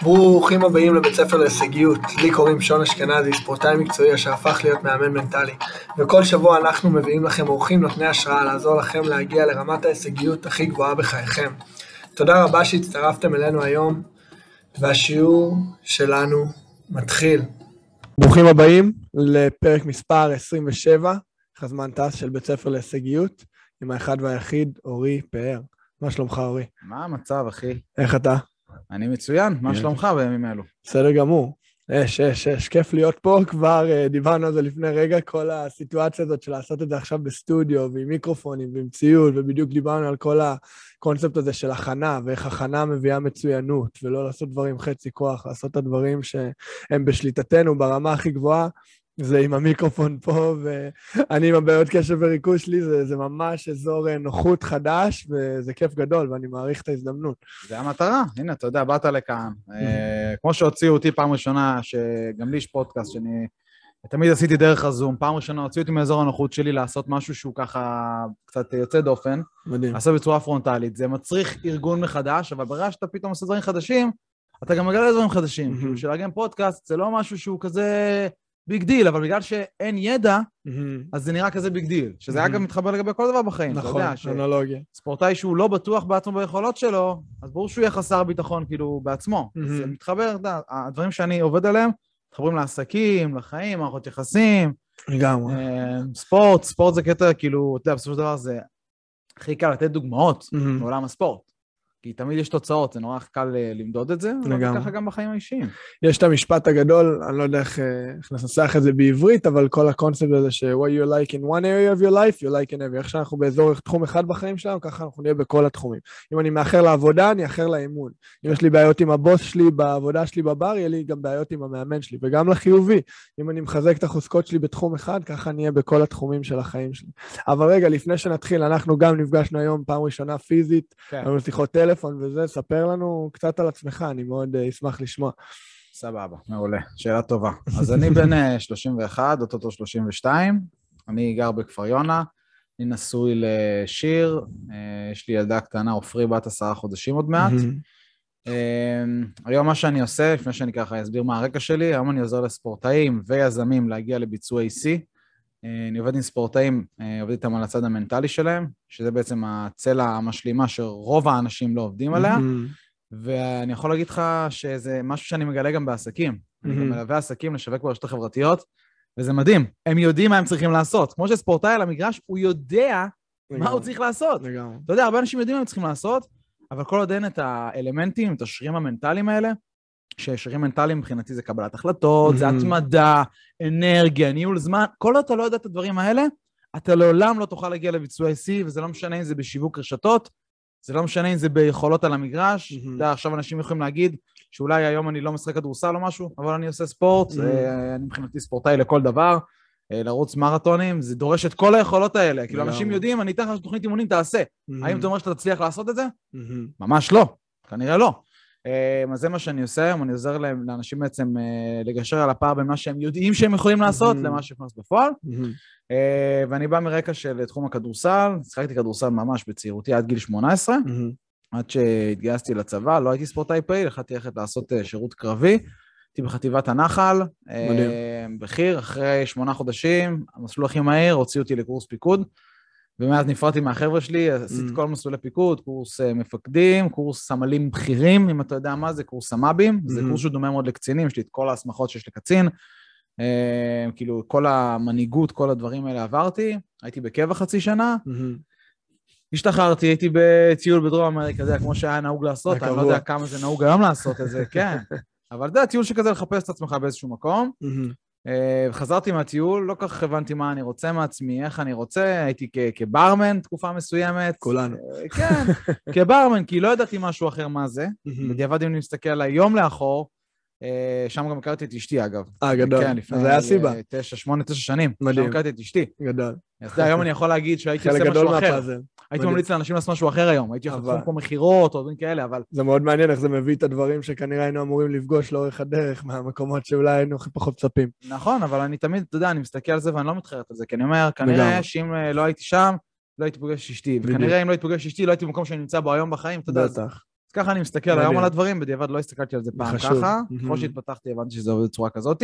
ברוכים הבאים לבית ספר להישגיות. לי קוראים שון אשכנזי, ספורטאי מקצועי אשר הפך להיות מאמן מנטלי. וכל שבוע אנחנו מביאים לכם אורחים נותני השראה לעזור לכם להגיע לרמת ההישגיות הכי גבוהה בחייכם. תודה רבה שהצטרפתם אלינו היום, והשיעור שלנו מתחיל. ברוכים הבאים לפרק מספר 27, חזמן טס של בית ספר להישגיות, עם האחד והיחיד אורי פאר. מה שלומך אורי? מה המצב אחי? איך אתה? אני מצוין, מה שלומך בימים אלו? בסדר גמור, כיף להיות פה, כבר דיברנו על זה לפני רגע, כל הסיטואציה הזאת של לעשות את זה עכשיו בסטודיו, ועם מיקרופונים ועם ציוד, ובדיוק דיברנו על כל הקונספט הזה של הכנה, ואיך הכנה מביאה מצוינות, ולא לעשות דברים חצי כוח, לעשות את הדברים שהם בשליטתנו ברמה הכי גבוהה, זה עם המיקרופון פה, ואני עם הבעיות קשב וריכוז שלי, זה ממש אזור נוחות חדש, וזה כיף גדול, ואני מעריך את ההזדמנות. זה המטרה, הנה, אתה יודע, באת לכאן. כמו שהוציאו אותי פעם ראשונה, שגם לי יש פודקאסט, שאני תמיד עשיתי דרך הזום, פעם ראשונה הוציאו אותי מאזור הנוחות שלי, לעשות משהו שהוא ככה קצת יוצא דופן, לעשות בצורה פרונטלית. זה מצריך ארגון מחדש, אבל ברגע שאתה פתאום עושה דברים חדשים, אתה גם מגלה דברים חדשים. כאילו, שלארגן פודקאסט, זה לא משהו שהוא כזה ביג דיל, אבל בגלל שאין ידע, אז זה נראה כזה ביג דיל, שזה אגב מתחבר לגבי כל דבר בחיים. נכון, אנלוגיה. ספורטאי שהוא לא בטוח בעצמו ביכולות שלו, אז ברור שהוא יהיה חסר ביטחון כאילו בעצמו. זה מתחבר, הדברים שאני עובד עליהם, מתחברים לעסקים, לחיים, מערכות יחסים. לגמרי. ספורט זה קטע, כאילו, אתה יודע, בסופו של דבר זה הכי קל לתת דוגמאות בעולם הספורט. כי תמיד יש תוצאות, זה נורא קל למדוד את זה, אבל ככה גם בחיים האישיים. יש את המשפט הגדול, אני לא יודע איך נסנסח את זה בעברית, אבל כל הקונספט הזה ש-what you like in one area of your life, you like in every. איך שאנחנו באזור תחום אחד בחיים שלנו, ככה אנחנו נהיה בכל התחומים. אם אני מאחר לעבודה, אני אחר לאימון. אם יש לי בעיות עם הבוס שלי, בעבודה שלי בבר, יהיה לי גם בעיות עם המאמן שלי, וגם לחיובי. אם אני מחזק את החוזקות שלי בתחום אחד, ככה נהיה בכל התחומים של החיים שלי. אבל רגע, לפני שנתחיל, אנחנו גם נפגשנו היום פעם ראשונה פיזית, היו שיחות טלפון וזה, ספר לנו קצת על עצמך, אני מאוד אשמח לשמוע. סבבה, מעולה, שאלה טובה. אז אני בן 31, אותו 32, אני גר בכפר יונה, אני נשוי לשיר, יש לי ילדה קטנה, עופרי בת 10 חודשים עוד מעט. היום מה שאני עושה, לפני שאני ככה אסביר מה הרקע שלי, היום אני עוזר לספורטאים ויזמים להגיע לביצועי C, אני עובד עם ספורטאים, עובד איתם על הצד המנטלי שלהם, שזה בעצם הצלע המשלימה שרוב האנשים לא עובדים עליה, ואני יכול להגיד לך שזה משהו שאני מגלה גם בעסקים. אני גם מלווה עסקים לשווק ברשתות החברתיות, וזה מדהים. הם יודעים מה הם צריכים לעשות. כמו שספורטאי על המגרש, הוא יודע מה הוא צריך לעשות. אתה יודע, הרבה אנשים יודעים מה הם צריכים לעשות, אבל כל עוד אין את האלמנטים, את השרירים המנטליים האלה, ששרירים מנטליים מבחינתי זה קבלת החלטות, זה התמדה, אנרגיה, ניהול זמן, כל עוד אתה לא יודע את הדברים האלה, אתה לעולם לא תוכל להגיע לביצועי C, וזה לא משנה אם זה בשיווק רשתות, זה לא משנה אם זה ביכולות על המגרש, אתה יודע, עכשיו אנשים יכולים להגיד, שאולי היום אני לא משחק כדורסל או משהו, אבל אני עושה ספורט, אני מבחינתי ספורטאי לכל דבר, לרוץ מרתונים, זה דורש את כל היכולות האלה, כאילו אנשים יודעים, אני אתן לך תוכנית אימונים, תעשה. האם אתה אומר שאתה תצליח לעשות את זה? ממש לא, כנראה לא. אז זה מה שאני עושה היום, אני עוזר לאנשים בעצם לגשר על הפער בין מה שהם יודעים שהם יכולים לעשות, למה שיכנס בפועל, ואני בא מרקע של תחום הכדורסל, שחקתי כדורסל ממש בצעירותי עד גיל 18, עד שהתגייסתי לצבא, לא הייתי ספורטאי פעיל, החלטתי ללכת לעשות שירות קרבי, הייתי בחטיבת הנחל, בחיר, אחרי 8 חודשים, המסלול הכי מהיר, הוציאו אותי לקורס פיקוד, ומאז נפרדתי מהחבר'ה שלי, עשיתי כל מסלולי פיקוד, קורס מפקדים, קורס סמלים בכירים, אם אתה יודע מה זה, קורס סמ"בים, זה קורס שדומה מאוד לקצינים, יש לי את כל ההסמכות שיש לקצין, כאילו כל המנהיגות, כל הדברים האלה עברתי, הייתי בקבע חצי שנה, השתחררתי, הייתי בטיול בדרום אמריקה, זה כמו שהיה נהוג לעשות, אני לא יודע כמה זה נהוג היום לעשות את זה, כן, אבל זה הטיול שכזה לחפש את עצמך באיזשהו מקום, חזרתי מהטיול, לא כך הבנתי מה אני רוצה מעצמי, איך אני רוצה, הייתי כברמן תקופה מסוימת. כולנו. כן, כברמן, כי לא ידעתי משהו אחר מה זה. בדיעבד אם אני מסתכל על היום לאחור, שם גם הכרתי את אשתי אגב. גדול. כן, לפני אז היה סיבה. 8-9 שנים. מדהים. שם הכרתי את אשתי. גדול. אז היום אני יכול להגיד שהייתי עושה משהו אחר. הייתי ממליץ לאנשים לעשות משהו אחר היום, הייתי חתום פה מחירות או דברים כאלה, אבל... זה מאוד מעניין איך זה מביא את הדברים שכנראה היינו אמורים לפגוש לאורך הדרך, מהמקומות שאולי היינו פחות מצפים. נכון, אבל אני תמיד, אתה יודע, אני מסתכל על זה ואני לא מתחרט על זה, כי אני אומר, כנראה שאם לא הייתי שם, לא הייתי פוגש אשתי, וכנראה אם לא הייתי פוגש אשתי, לא הייתי במקום שאני נמצא בו היום בחיים, אתה יודע, אז ככה אני מסתכל היום על הדברים, בדיעבד לא הסתכלתי על זה פעם ככה, ככל שהתפתחתי הבנתי שזה עובד בצורה כזאת,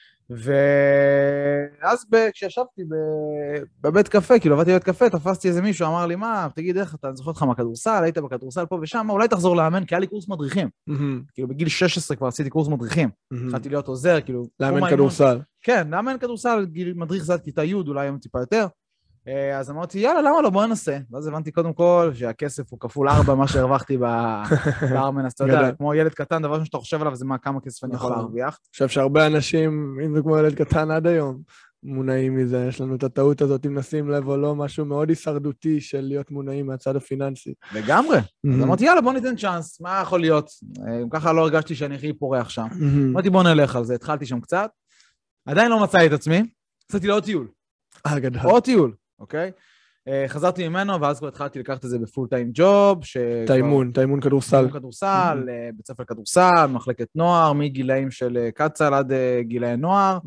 ואז כשישבתי בבית קפה, כאילו עבדתי בבית קפה, תפסתי איזה מישהו, אמר לי, מה, תגיד איך, אתה זוכר אותך מהכדורסל, היית בכדורסל פה ושם, אולי תחזור לאמן, כי היה לי קורס מדריכים. כאילו בגיל 16 כבר עשיתי קורס מדריכים, התחלתי להיות עוזר, כאילו... לאמן כדורסל. כן, לאמן כדורסל, מדריך זה עד כיתה י', אולי היום טיפה יותר. אז אמרתי, יאללה, למה לא, בוא ננסה. ואז הבנתי קודם כל שהכסף הוא כפול 4 מה שהרווחתי בארמן, אז אתה יודע, כמו ילד קטן, דבר שאתה חושב עליו זה מה, כמה כסף אני יכול להרוויח. אני חושב שהרבה אנשים, אם זה כמו ילד קטן עד היום, מונעים מזה, יש לנו את הטעות הזאת, אם נשים לב או לא, משהו מאוד הישרדותי של להיות מונעים מהצד הפיננסי. לגמרי. אז אמרתי, יאללה, בוא ניתן צ'אנס, מה יכול להיות? ככה לא הרגשתי שאני הכי פורח שם. אמרתי, בוא נלך על זה, התחלתי שם קצת, עדיין לא מצאתי את עצמי, עשיתי לעוד טיול. עוד טיול. אוקיי? חזרתי ממנו, ואז כבר התחלתי לקחת את זה בפול טיים ג'וב. תאימון כדורסל. תאימון כדורסל, בית ספר כדורסל, מחלקת נוער, מגילאים של קצ"ל עד גילאי נוער.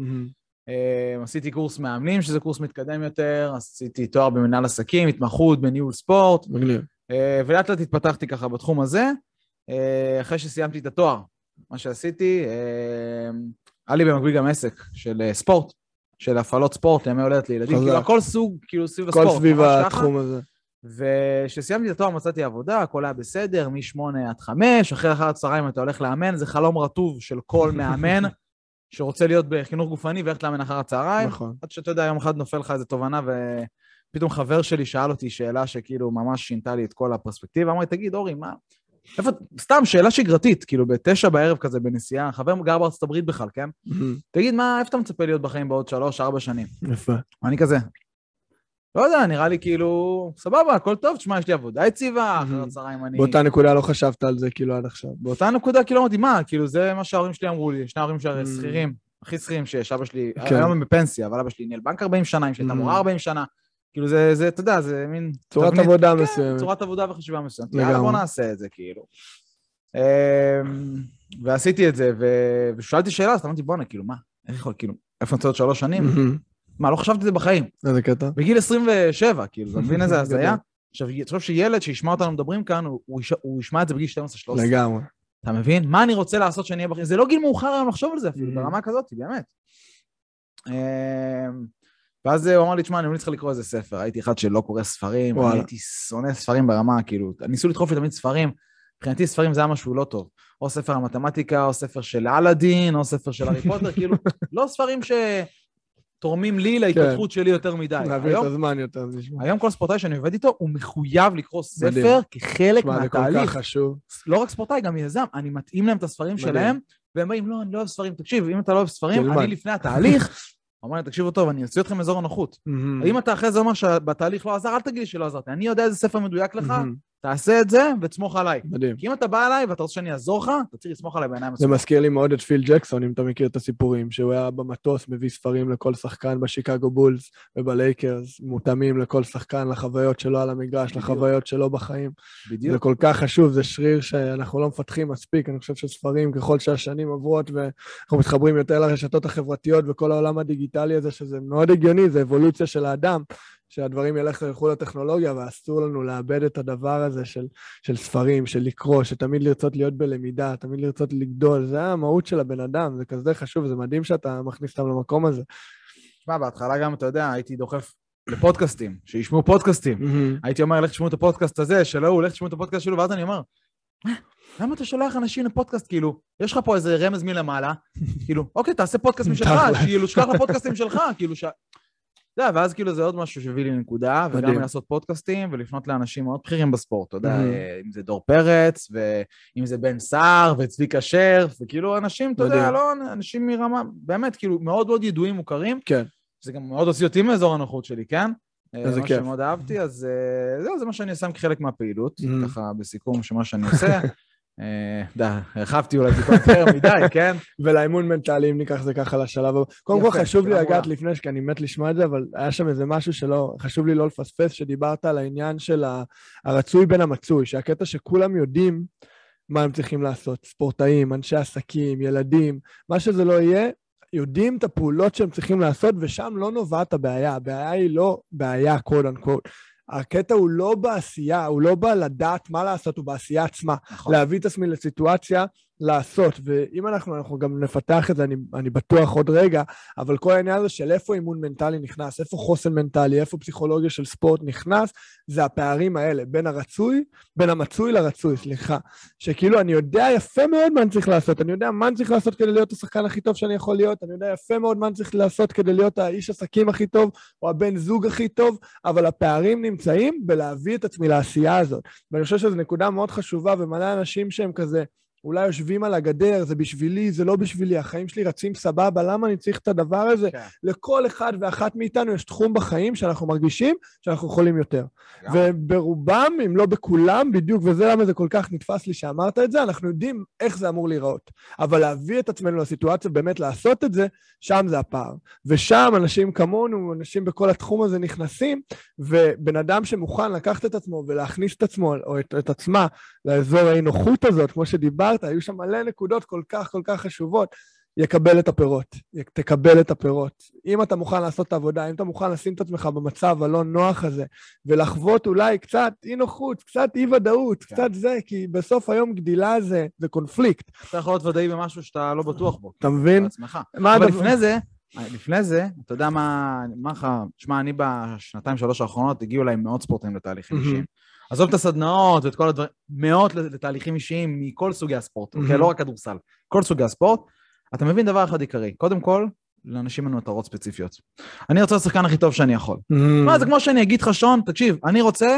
עשיתי קורס מאמנים, שזה קורס מתקדם יותר, עשיתי תואר במנהל עסקים, התמחות בניהול ספורט. מגניב. ולאט לאט התפתחתי ככה בתחום הזה. אחרי שסיימתי את התואר, מה שעשיתי, היה לי במקביל גם עסק של ספורט. של הפעלות ספורט, ימי הולדת לילדים, כאילו הכל סוג, כאילו סביב הספורט. כל סביב התחום הזה. וכשסיימתי את התואר מצאתי עבודה, הכל היה בסדר, מ-8 עד 5, אחרי הצהריים אתה הולך לאמן, זה חלום רטוב של כל מאמן, שרוצה להיות בחינוך גופני ואיך לאמן אחר הצהריים. נכון. עד שאתה יודע, יום אחד נופל לך איזו תובנה, ופתאום חבר שלי שאל אותי שאלה שכאילו ממש שינתה לי את כל הפרספקטיבה, אמר לי, תגיד, אורי, מה? סתם שאלה שגרתית, כאילו ב9 בערב כזה בנסיעה, חבר גר בארצות הברית בכלל, כן? תגיד, איפה אתה מצפה להיות בחיים בעוד 3-4 שנים? יפה. אני כזה, לא יודע, נראה לי כאילו, סבבה, הכל טוב, תשמע, יש לי עבודה יציבה, אחרי הצהריים אני... באותה נקודה לא חשבת על זה כאילו עד עכשיו. באותה נקודה כאילו אמרתי, מה, כאילו זה מה שההורים שלי אמרו לי, שני ההורים שלי שכירים, הכי שכירים שיש, אבא שלי, היום הם בפנסיה, אבל אבא שלי ניהל בנק 40 שנה, אם שהייתה מורה 40 שנה, כאילו זה, אתה יודע, זה מין... צורת עבודה מסוימת. צורת עבודה וחשיבה מסוימת. יאללה, בוא נעשה את זה, כאילו. ועשיתי את זה, ושאלתי שאלה, אז אמרתי, בוא'נה, כאילו, מה? איך יכול, כאילו, איפה נצא עוד 3 שנים? מה, לא חשבתי את זה בחיים. איזה קטע? בגיל 27, כאילו, אתה מבין איזה הזיה? עכשיו, אני חושב שילד שישמע אותנו מדברים כאן, הוא ישמע את זה בגיל 12-13. לגמרי. אתה מבין? מה אני רוצה לעשות שאני אהיה בחיים? זה לא גיל מאוחר היום לחשוב על זה אפילו, ברמה כזאת, באמת. ואז הוא אמר לי, תשמע, אני לא צריך לקרוא איזה ספר, הייתי אחד שלא קורא ספרים, אני הייתי שונא ספרים ברמה, כאילו, ניסו לדחוף לי תמיד ספרים, מבחינתי ספרים זה היה משהו לא טוב, או ספר המתמטיקה, או ספר של אלאדין, או ספר של הארי פוטר, כאילו, לא ספרים שתורמים לי להתפתחות שלי יותר מדי. להעביר את הזמן יותר. היום כל ספורטאי שאני עובד איתו, הוא מחויב לקרוא ספר כחלק מהתהליך. זה כל כך חשוב. לא רק ספורטאי, גם יזם, אני מתאים להם את הספרים שלהם, והם באים, לא, אני לא אוהב ספרים, תקשיב, אם אתה לא אוהב ספרים, אני לפני התהליך, אמר לי, תקשיבו טוב, אני אוציא אתכם מאזור הנוחות. אם אתה אחרי זה אומר שבתהליך לא עזר, אל תגיד לי שלא עזרתי. אני יודע איזה ספר מדויק לך, תעשה את זה ותסמוך עליי. מדהים. כי אם אתה בא אליי ואתה רוצה שאני אעזור לך, אתה צריך לסמוך עליי בעיניים. זה מזכיר לי מאוד את פיל ג'קסון, אם אתה מכיר את הסיפורים, שהוא היה במטוס, מביא ספרים לכל שחקן בשיקגו בולס ובלייקרס, מותאמים לכל שחקן, לחוויות שלו על המגרש, לחוויות שלו בחיים. בדיוק. זה כל כך חשוב, זה שריר שאנחנו לא מפתחים מספיק, אני חושב שספרים ככל שהשנים עוברות, ואנחנו מתחברים יותר לרשתות החברתיות וכל העולם הדיגיטלי הזה, שזה מאוד הגיוני, זה אבולוציה של האדם, שהדברים ילכו לטכנולוגיה, ואסור לנו לאבד את הדבר הזה של ספרים, של לקרוא, שתמיד לרצות להיות בלמידה, תמיד לרצות לגדול, זה המהות של הבן אדם, זה כזה חשוב, זה מדהים שאתה מכניס אותם למקום הזה. תשמע, בהתחלה גם, אתה יודע, הייתי דוחף לפודקאסטים, שישמעו פודקאסטים. הייתי אומר, לך תשמעו את הפודקאסט הזה, שלא, לך תשמעו את הפודקאסט שלו, ואז אני אומר, למה אתה שולח אנשים לפודקאסט, כאילו, יש לך פה איזה רמז מלמעלה, כאילו, אוקיי, תעשה פודקאסט משלך, כאילו, שלח לפודקאסטים שלך, כאילו, אתה יודע, ואז כאילו זה עוד משהו שהביא לי לנקודה, וגם לעשות פודקאסטים ולפנות לאנשים מאוד בכירים בספורט, אתה יודע, אם זה דור פרץ, ואם זה בן סער, וצביקה שרף, וכאילו אנשים, אתה יודע, לא, אנשים מרמה, באמת, כאילו, מאוד מאוד ידועים, מוכרים, כן. זה גם מאוד הוציא אותי מאזור הנוחות שלי, כן? איזה כיף. מה שמאוד אהבתי, אז זהו, זה מה שאני עושה כחלק מהפעילות, ככה בסיכום שמה שאני עושה. הרחבתי אולי טיפה יותר מדי, כן? ולאימון מנטלי, אם ניקח זה ככה לשלב. קודם כל חשוב לי לגעת לפני, כי אני מת לשמוע את זה, אבל היה שם איזה משהו שלא, חשוב לי לא לפספס, שדיברת על העניין של הרצוי בין המצוי, שהקטע שכולם יודעים מה הם צריכים לעשות, ספורטאים, אנשי עסקים, ילדים, מה שזה לא יהיה, יודעים את הפעולות שהם צריכים לעשות, ושם לא נובעת הבעיה. הבעיה היא לא בעיה, quote unquote. הקטע הוא לא בעשייה, הוא לא בא לדעת מה לעשות, הוא בעשייה עצמה. נכון. להביא את עצמי לסיטואציה, לעשות, ואם אנחנו גם נפתח את זה, אני בטוח עוד רגע, אבל כל העניין הזה של איפה אימון מנטלי נכנס, איפה חוסן מנטלי, איפה פסיכולוגיה של ספורט נכנס, זה הפערים האלה, בין המצוי לרצוי, שכאילו אני יודע יפה מאוד מה אני צריך לעשות, אני יודע מה אני צריך לעשות כדי להיות השחקן הכי טוב שאני יכול להיות, אני יודע יפה מאוד מה אני צריך לעשות כדי להיות האיש עסקים הכי טוב, או הבן זוג הכי טוב, אבל הפערים נמצאים בלהביא את עצמי לעשייה הזאת, ואני חושב שזו נקודה מאוד חשובה, ומלא אנשים שהם כזה, אולי יושבים על הגדר, זה בשבילי, זה לא בשבילי, החיים שלי רצים סבבה, למה אני צריך את הדבר הזה? כן. לכל אחד ואחת מאיתנו יש תחום בחיים שאנחנו מרגישים שאנחנו יכולים יותר. וברובם, אם לא בכולם, בדיוק, וזה למה זה כל כך נתפס לי שאמרת את זה, אנחנו יודעים איך זה אמור להיראות. אבל להביא את עצמנו לסיטואציה, באמת לעשות את זה, שם זה הפער. ושם אנשים כמונו, אנשים בכל התחום הזה נכנסים, ובן אדם שמוכן לקחת את עצמו ולהכניס את עצמו, או את עצמה, לאזור האי-נוחות הזאת, כמו שדיברת, היו שם מלא נקודות כל כך חשובות, יקבל את הפירות, תקבל את הפירות. אם אתה מוכן לעשות את העבודה, אם אתה מוכן לשים את עצמך במצב הלא נוח הזה, ולחוות אולי קצת אי-נוחות, קצת אי-ודאות, קצת זה, כי בסוף היום גדילה זה קונפליקט. אתה יכול להיות ודאי במשהו שאתה לא בטוח בו. אתה מבין? אבל לפני זה, אתה יודע מה לך, תשמע, אני בשנתיים, 3 האחרונות, הגיעו אליי מאות ספורטאים לתהליכים אישיים. עזוב את הסדנאות ואת כל הדברים, מאות לתהליכים אישיים מכל סוגי הספורט, אוקיי? לא רק כדורסל, כל סוגי הספורט. אתה מבין דבר אחד עיקרי. קודם כל, לאנשים אין מטרות ספציפיות. אני רוצה לשחקן הכי טוב שאני יכול. מה, זה כמו שאני אגיד לך, שון, תקשיב, אני רוצה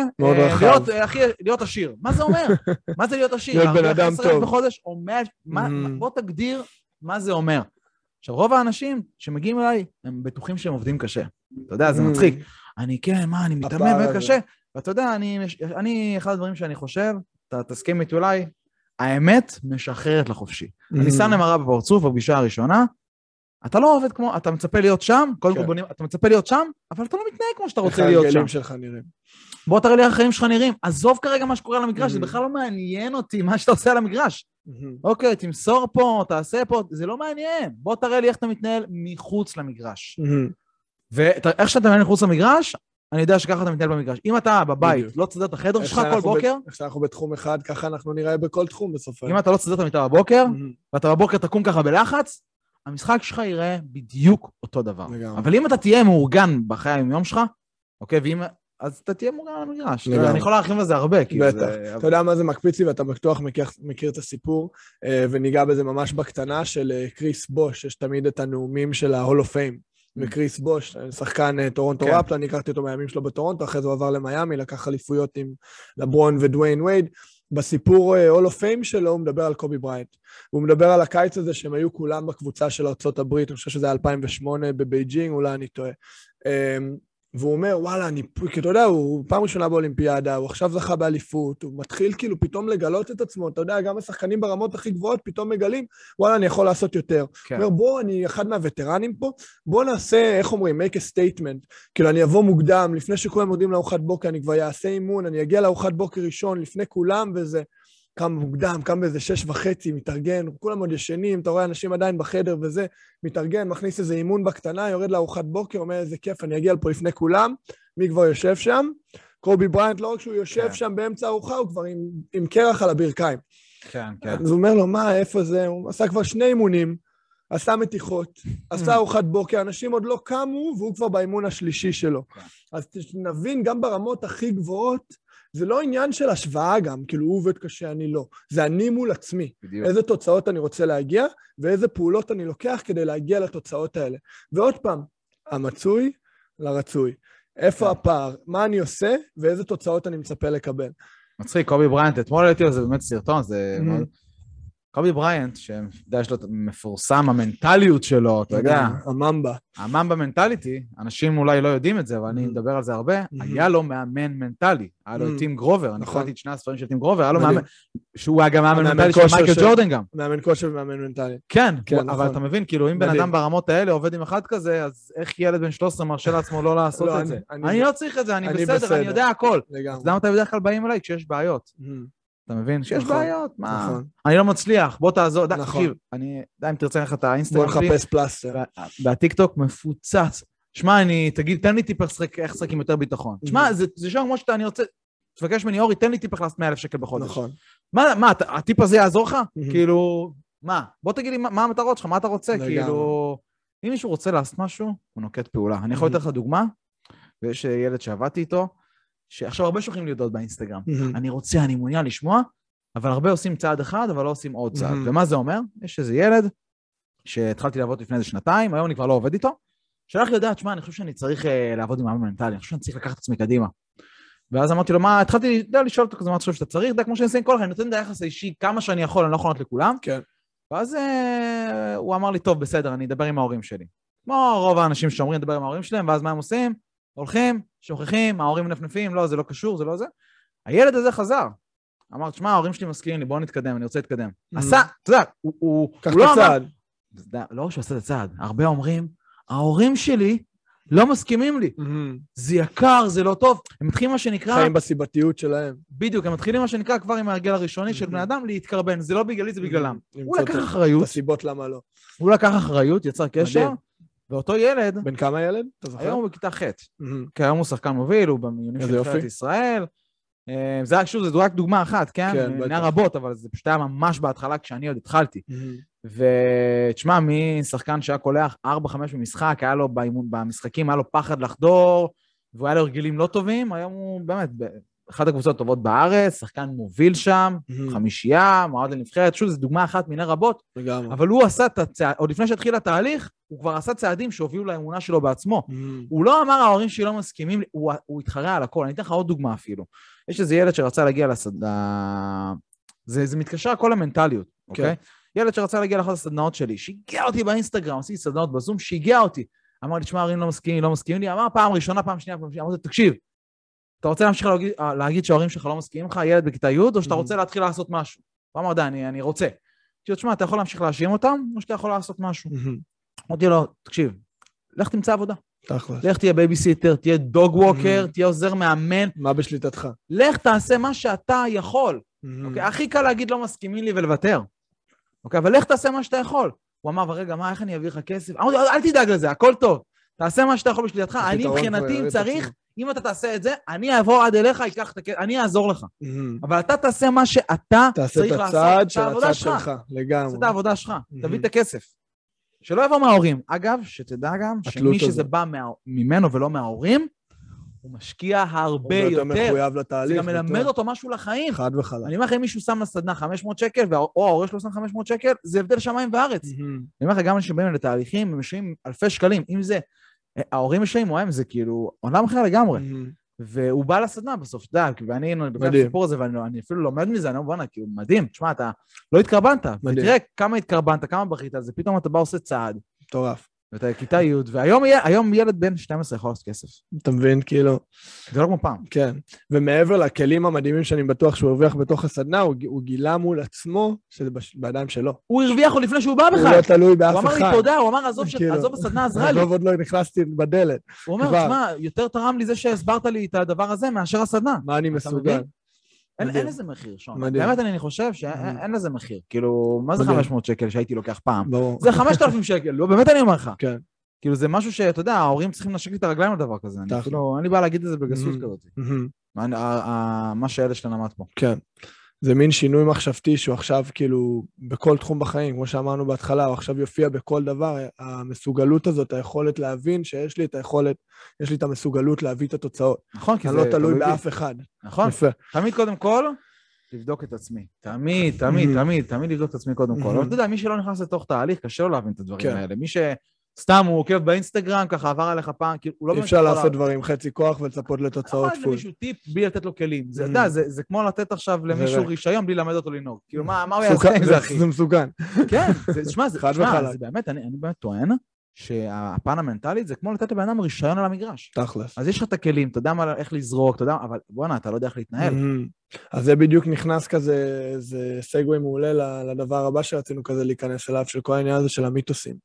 להיות עשיר. מה זה אומר? מה זה להיות עשיר? להיות בן אדם טוב. בחודש, או 100, בוא תגדיר מה זה אומר. עכשיו, רוב האנשים שמגיעים אליי, הם בטוחים שהם עובדים קשה. אתה יודע, זה מצחיק. אני מתאמן באמת קשה. ואתה יודע, אחד הדברים שאני חושב, אתה תסכים איתי אולי, האמת משחררת לחופשי. אני שם למראה בפרצוף, בפגישה הראשונה, אתה לא עובד כמו, אתה מצפה להיות שם, קודם כל בונים, אתה מצפה להיות שם, אבל אתה לא מתנהג כמו שאתה רוצה להיות שם. איך הרגלים שלך נראים. בוא תראה לי איך החיים שלך נראים, עזוב כרגע מה שקורה על המגרש, זה בכלל לא מעניין אותי מה שאתה עושה על המגרש. אוקיי, תמסור פה, תעשה פה, זה לא מעניין. בוא תראה לי איך אתה מתנהל מחוץ למגרש. ואיך שאתה מתנהל מחוץ למגרש, אני יודע שככה אתה מתנהל במגרש. אם אתה בבית, לא תסדר את החדר שלך כל בוקר, איך שאנחנו בתחום אחד, ככה אנחנו נראה בכל תחום בסוף. אם אתה לא תסדר את המיטה בבוקר, ואתה בבוקר תקום ככה בלחץ, המשחק שלך יראה בדיוק אותו דבר. אבל אם אתה תהיה מאורגן בחיי היום שלך, אוקיי, אז אתה תהיה מאורגן על המגרש. אני יכול להרחיב לזה הרבה. בטח. אתה יודע מה זה מקפיץ לי, ואתה בטוח מכיר את הסיפור, וניגע בזה ממש בקטנה של קריס בוש, יש תמיד את הנאומים של ה-Hall of Fame. וקריס בוש, שחקן טורונטו רפטורס, אני הכרתי אותו מהימים שלו בטורונטו, אחרי זה הוא עבר למיימי, לקח חליפויות עם לברון ודוויין וייד. בסיפור Hall of Fame שלו הוא מדבר על קובי בריינט. הוא מדבר על הקיץ הזה שהם היו כולם בקבוצה של ארצות הברית, אני חושב שזה 2008 בבייג'ינג, אולי אני טועה. והוא אומר, וואלה, כי אתה יודע, הוא פעם ראשונה באולימפיאדה, הוא עכשיו זכה באליפות, הוא מתחיל כאילו פתאום לגלות את עצמו, אתה יודע, גם השחקנים ברמות הכי גבוהות פתאום מגלים, וואלה, אני יכול לעשות יותר. הוא אומר, בוא, אני אחד מהווטרנים פה, בוא נעשה, איך אומרים, make a statement, כאילו אני אבוא מוקדם, לפני שכולם יודעים לארוחת בוקר, אני כבר יעשה אימון, אני אגיע לארוחת בוקר ראשון, לפני כולם, וזה קם מוקדם, קם באיזה 6:30, מתארגן, כולם עוד ישנים, אתה רואה אנשים עדיין בחדר וזה, מתארגן, מכניס איזה אימון בקטנה, יורד לארוחת בוקר, אומר איזה כיף, אני אגיע לפה לפני כולם, מי כבר יושב שם? קובי בריינט, לא רק שהוא יושב שם באמצע הארוחה, הוא כבר עם קרח על הברכיים. כן. אז הוא אומר לו, מה, איפה זה? הוא עשה כבר 2 אימונים, עשה מתיחות, עשה ארוחת בוקר, אנשים עוד לא קמו, והוא כבר באימון השלישי שלו. אז נבין, גם ברמות הכי גבוהות, זה לא עניין של השוואה גם, כאילו הוא עובד קשה, אני לא. זה אני מול עצמי. בדיוק. איזה תוצאות אני רוצה להגיע, ואיזה פעולות אני לוקח כדי להגיע לתוצאות האלה. ועוד פעם, המצוי לרצוי. איפה הפער, מה אני עושה, ואיזה תוצאות אני מצפה לקבל. מצחיק, קובי בריינט, אתמול הייתי על זה באמת סרטון, זה מאוד... קובי בריינט, שיש לו את המפורסם, המנטליות שלו, אתה יודע. הממבה. הממבה מנטליטי, אנשים אולי לא יודעים את זה, אבל אני מדבר על זה הרבה, היה לו מאמן מנטלי, היה לו את טים גרובר, אני קראתי את 2 הספרים של טים גרובר, היה לו מאמן, שהוא היה גם מאמן מנטלי של מייקל ג'ורדן גם. מאמן כושר ומאמן מנטלי. כן, אבל אתה מבין, כאילו אם בן אדם ברמות האלה עובד עם אחד כזה, אז איך ילד בן 13 מרשה לעצמו לא לעשות את זה? אני לא צריך את זה, אני בסדר, אני יודע הכל. אז למה אתה בדרך כלל באים אליי כשיש בעיות? אתה מבין? שיש בעיות, מה? אני לא מצליח, בוא תעזור, תקשיב, אם תרצה לך את האינסטגרם שלי, בוא נחפש פלסטר. והטיקטוק מפוצץ, שמע, תגיד, תן לי טיפ איך לשחק עם יותר ביטחון. שמע, זה שם כמו שאתה, אני רוצה, תבקש ממני, אורי, תן לי טיפ איך לעשות 100,000 שקל בחודש. נכון. מה, הטיפ הזה יעזור לך? כאילו, מה? בוא תגיד לי מה המטרות שלך, מה אתה רוצה? כאילו, אם מישהו רוצה לעשות משהו, הוא נוקט פעולה. אני יכול לתת לך דוגמה, ויש ילד שעבדתי איתו, שעכשיו הרבה שולחים לי הודעות באינסטגרם. אני מעוניין לשמוע, אבל הרבה עושים צעד אחד, אבל לא עושים עוד צעד. ומה זה אומר? יש איזה ילד שהתחלתי לעבוד לפני איזה 2 היום אני כבר לא עובד איתו, שלח לי לדעת, שמע, אני חושב שאני צריך לעבוד עם מאמן מנטלי, אני חושב שאני צריך לקחת את עצמי קדימה. ואז אמרתי לו, התחלתי לשאול אותו כזה, מה אתה חושב שאתה צריך? כמו שאני עושה עם כל אחד, אני נותן את היחס האישי כמה שאני יכול, אני לא יכול לענות לכולם. כן. ואז הוא אמר לי, טוב, בסדר, אני אדבר עם ההורים שלי. כמו רוב האנשים שאומרים, לדבר עם ההורים שלהם, ואז מה הם עושים? הולכים, שוכחים, ההורים מנפנפים, לא, זה לא קשור, זה לא זה. הילד הזה חזר. אמר, תשמע, ההורים שלי מזכירים לי, בואו נתקדם, אני רוצה להתקדם. עשה, אתה יודע, הוא לא אמר... לא שהוא עשה את הצעד, הרבה אומרים, ההורים שלי לא מסכימים לי. זה יקר, זה לא טוב. הם מתחילים מה שנקרא... חיים בסיבתיות שלהם. בדיוק, הם מתחילים מה שנקרא כבר עם ההרגל הראשוני של בני אדם להתקרבן. זה לא בגללי, זה בגללם. הוא לקח אחריות. את הסיבות למה לא. הוא לקח אחריות, יצר קשר, ואותו ילד... בן כמה ילד? היום הוא בכיתה ח'. כי היום הוא שחקן מוביל, הוא במיונים של נבחרת ישראל. זה רק דוגמה אחת, כן? מנה רבות, אבל זה פשוט היה ממש בהתחלה כשאני עוד התחלתי. ותשמע, משחקן שהיה קולח 4-5 במשחק, היה לו במשחקים, היה לו פחד לחדור, והוא היה לו רגילים לא טובים, היום הוא באמת, אחת הקבוצות הטובות בארץ, שחקן מוביל שם, 5, מועד לנבחרת, שוב, זו דוגמה אחת מיני רבות, אבל הוא עשה את הצעד, עוד לפני שהתחיל התהליך, הוא כבר עשה צעדים שהובילו לאמונה שלו בעצמו. הוא לא אמר, ההורים שלי לא מסכימים, הוא התחרה על הכל. אני אתן לך עוד דוגמה אפילו. יש איזה ילד שרצה להגיע זה מתקשר כל המנטליות, אוקיי? ילד שרצה להגיע לאחת הסדנאות שלי, שיגע אותי באינסטגרם, עשיתי סדנאות בזום, שיגע אותי. אמר לי, תשמע, ההורים לא מסכימים לי, אמר פעם ראשונה, פעם שנייה, אמרתי, תקשיב, אתה רוצה להמשיך להגיד שההורים שלך לא מסכימים לך, ילד בכיתה י', או שאתה רוצה להתחיל לעשות משהו? הוא אמר, די, אני רוצה. תשמע, אתה יכול להמשיך להאשים אותם, או שאתה יכול לעשות משהו. אמרתי לו, תקשיב, לך תמצא עבודה. לך תהיה בייביסיטר, תהיה דוג ווקר, תהיה עוזר מאמן. מה בשליטתך? לך תעשה מה שאתה יכול. הכי קל להגיד לא מסכימים לי ולוותר. אבל לך תעשה מה שאתה יכול. הוא אמר, ורגע, איך אני אביא לך כסף? אמרתי, אל תדאג לזה, הכל טוב. תעשה מה שאתה יכול בשליטתך. אני מבחינתי, אם צריך, אם אתה תעשה את זה, אני אעבור עד אליך, אני אעזור לך. אבל אתה תעשה מה שאתה צריך לעשות. תעשה את הצד שלך, לגמרי. תעשה את העבודה שלך, תביא את הכסף. שלא יבוא מההורים. אגב, שתדע גם, שמי שזה בא ממנו ולא מההורים, הוא משקיע הרבה יותר. מחויב לתהליך. זה גם מלמד אותו משהו לחיים. חד וחלק. אני אומר לך, אם מישהו שם לסדנה 500 שקל, או ההורה שלו שם 500 שקל, זה הבדל שמיים וארץ. אני אומר לך, גם אנשים באים לתהליכים, הם משאים אלפי שקלים. אם זה, ההורים משאים או הם, זה כאילו עולם אחר לגמרי. והוא בא לסדנה בסוף, אתה יודע, ואני בגלל הסיפור הזה, ואני אפילו לומד מזה, אני אומר, כי הוא מדהים, תשמע, אתה לא התקרבנת, ותראה כמה התקרבנת, כמה בכית, אז פתאום אתה בא עושה צעד. מטורף. ואתה כיתה י' והיום ילד בן 12 יכול לעשות כסף. אתה מבין, כאילו... זה לא כמו פעם. כן, ומעבר לכלים המדהימים שאני בטוח שהוא הרוויח בתוך הסדנה, הוא גילה מול עצמו שזה בידיים שלו. הוא הרוויח עוד לפני שהוא בא בכלל. הוא לא תלוי באף אחד. הוא אמר לי תודה, הוא אמר עזוב הסדנה עזרה לי. עוד לא נכנסתי בדלת. הוא אומר, תשמע, יותר תרם לי זה שהסברת לי את הדבר הזה מאשר הסדנה. מה אני מסוגל? אין לזה מחיר, שון. באמת אני חושב שאין לזה מחיר. כאילו, מה זה 500 שקל שהייתי לוקח פעם? זה 5,000 שקל, לא, באמת אני אומר לך. כן. כאילו, זה משהו שאתה יודע, ההורים צריכים לנשק לי את הרגליים לדבר כזה. אני בא להגיד את זה בגסות כזאת. מה שהילד שלנו למד פה. כן. זה מין שינוי מחשבתי שהוא עכשיו כאילו בכל תחום בחיים, כמו שאמרנו בהתחלה, הוא עכשיו יופיע בכל דבר, המסוגלות הזאת, היכולת להבין שיש לי את היכולת, יש לי את המסוגלות להביא את התוצאות. נכון, כי זה לא תלוי באף אחד. נכון, תמיד קודם כל, לבדוק את עצמי. תמיד לבדוק את עצמי קודם כל. אבל אתה יודע, מי שלא נכנס לתוך תהליך, קשה לו להבין את הדברים האלה. מי סתם הוא עוקב באינסטגרם, ככה עבר עליך פעם, אי אפשר לעשות דברים חצי כוח ולצפות לתוצאות פול. למישהו טיפ בלי לתת לו כלים. זה כמו לתת עכשיו למישהו רישיון בלי למד אותו לנהוג. כאילו, מה הוא יעשה עם זה, אחי? זה מסוכן. כן, תשמע, זה באמת, אני באמת טוען שהפן המנטלית זה כמו לתת לבן אדם רישיון על המגרש. תכלס. אז יש לך את הכלים, אתה יודע איך לזרוק, אתה יודע, אבל בוא'נה, אתה לא יודע איך להתנהל. אז זה בדיוק נכנס כזה, זה סגווי מעולה לדבר הבא שרצינו כזה להיכנס אליו, של כל העניין הזה של המיתוסים.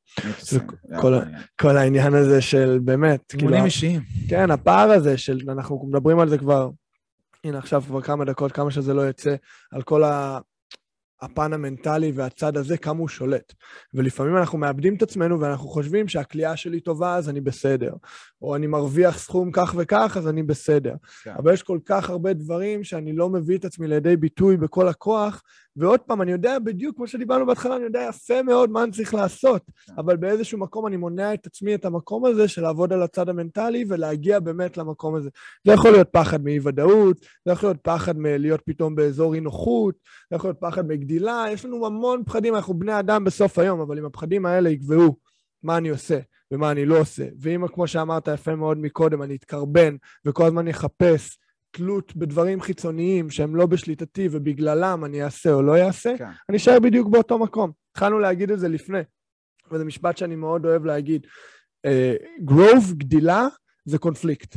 כל העניין הזה של באמת. אימונים אישיים. כן, הפער הזה של, אנחנו מדברים על זה כבר, הנה עכשיו כבר כמה דקות, כמה שזה לא יצא, על כל הפן המנטלי והצד הזה, כמה הוא שולט. ולפעמים אנחנו מאבדים את עצמנו, ואנחנו חושבים שהקליעה שלי טובה, אז אני בסדר. או אני מרוויח סכום כך וכך, אז אני בסדר. כן. אבל יש כל כך הרבה דברים שאני לא מביא את עצמי לידי ביטוי בכל הכוח, ועוד פעם, אני יודע בדיוק, כמו שדיברנו בהתחלה, אני יודע יפה מאוד מה אני צריך לעשות, אבל באיזשהו מקום אני מונע את עצמי את המקום הזה של לעבוד על הצד המנטלי ולהגיע באמת למקום הזה. זה יכול להיות פחד מאי-ודאות, זה יכול להיות פחד מלהיות פתאום באזור אי נוחות, זה יכול להיות פחד מגדילה, יש לנו המון פחדים, אנחנו בני אדם בסוף היום, אבל אם הפחדים האלה יקבעו מה אני עושה ומה אני לא עושה, ואם כמו שאמרת יפה מאוד מקודם, אני אתקרבן וכל הזמן אחפש תלות בדברים חיצוניים שהם לא בשליטתי ובגללם אני אעשה או לא אעשה, כן. אני אשאר בדיוק באותו מקום. התחלנו להגיד את זה לפני, וזה משפט שאני מאוד אוהב להגיד, growth, גדילה, זה קונפליקט.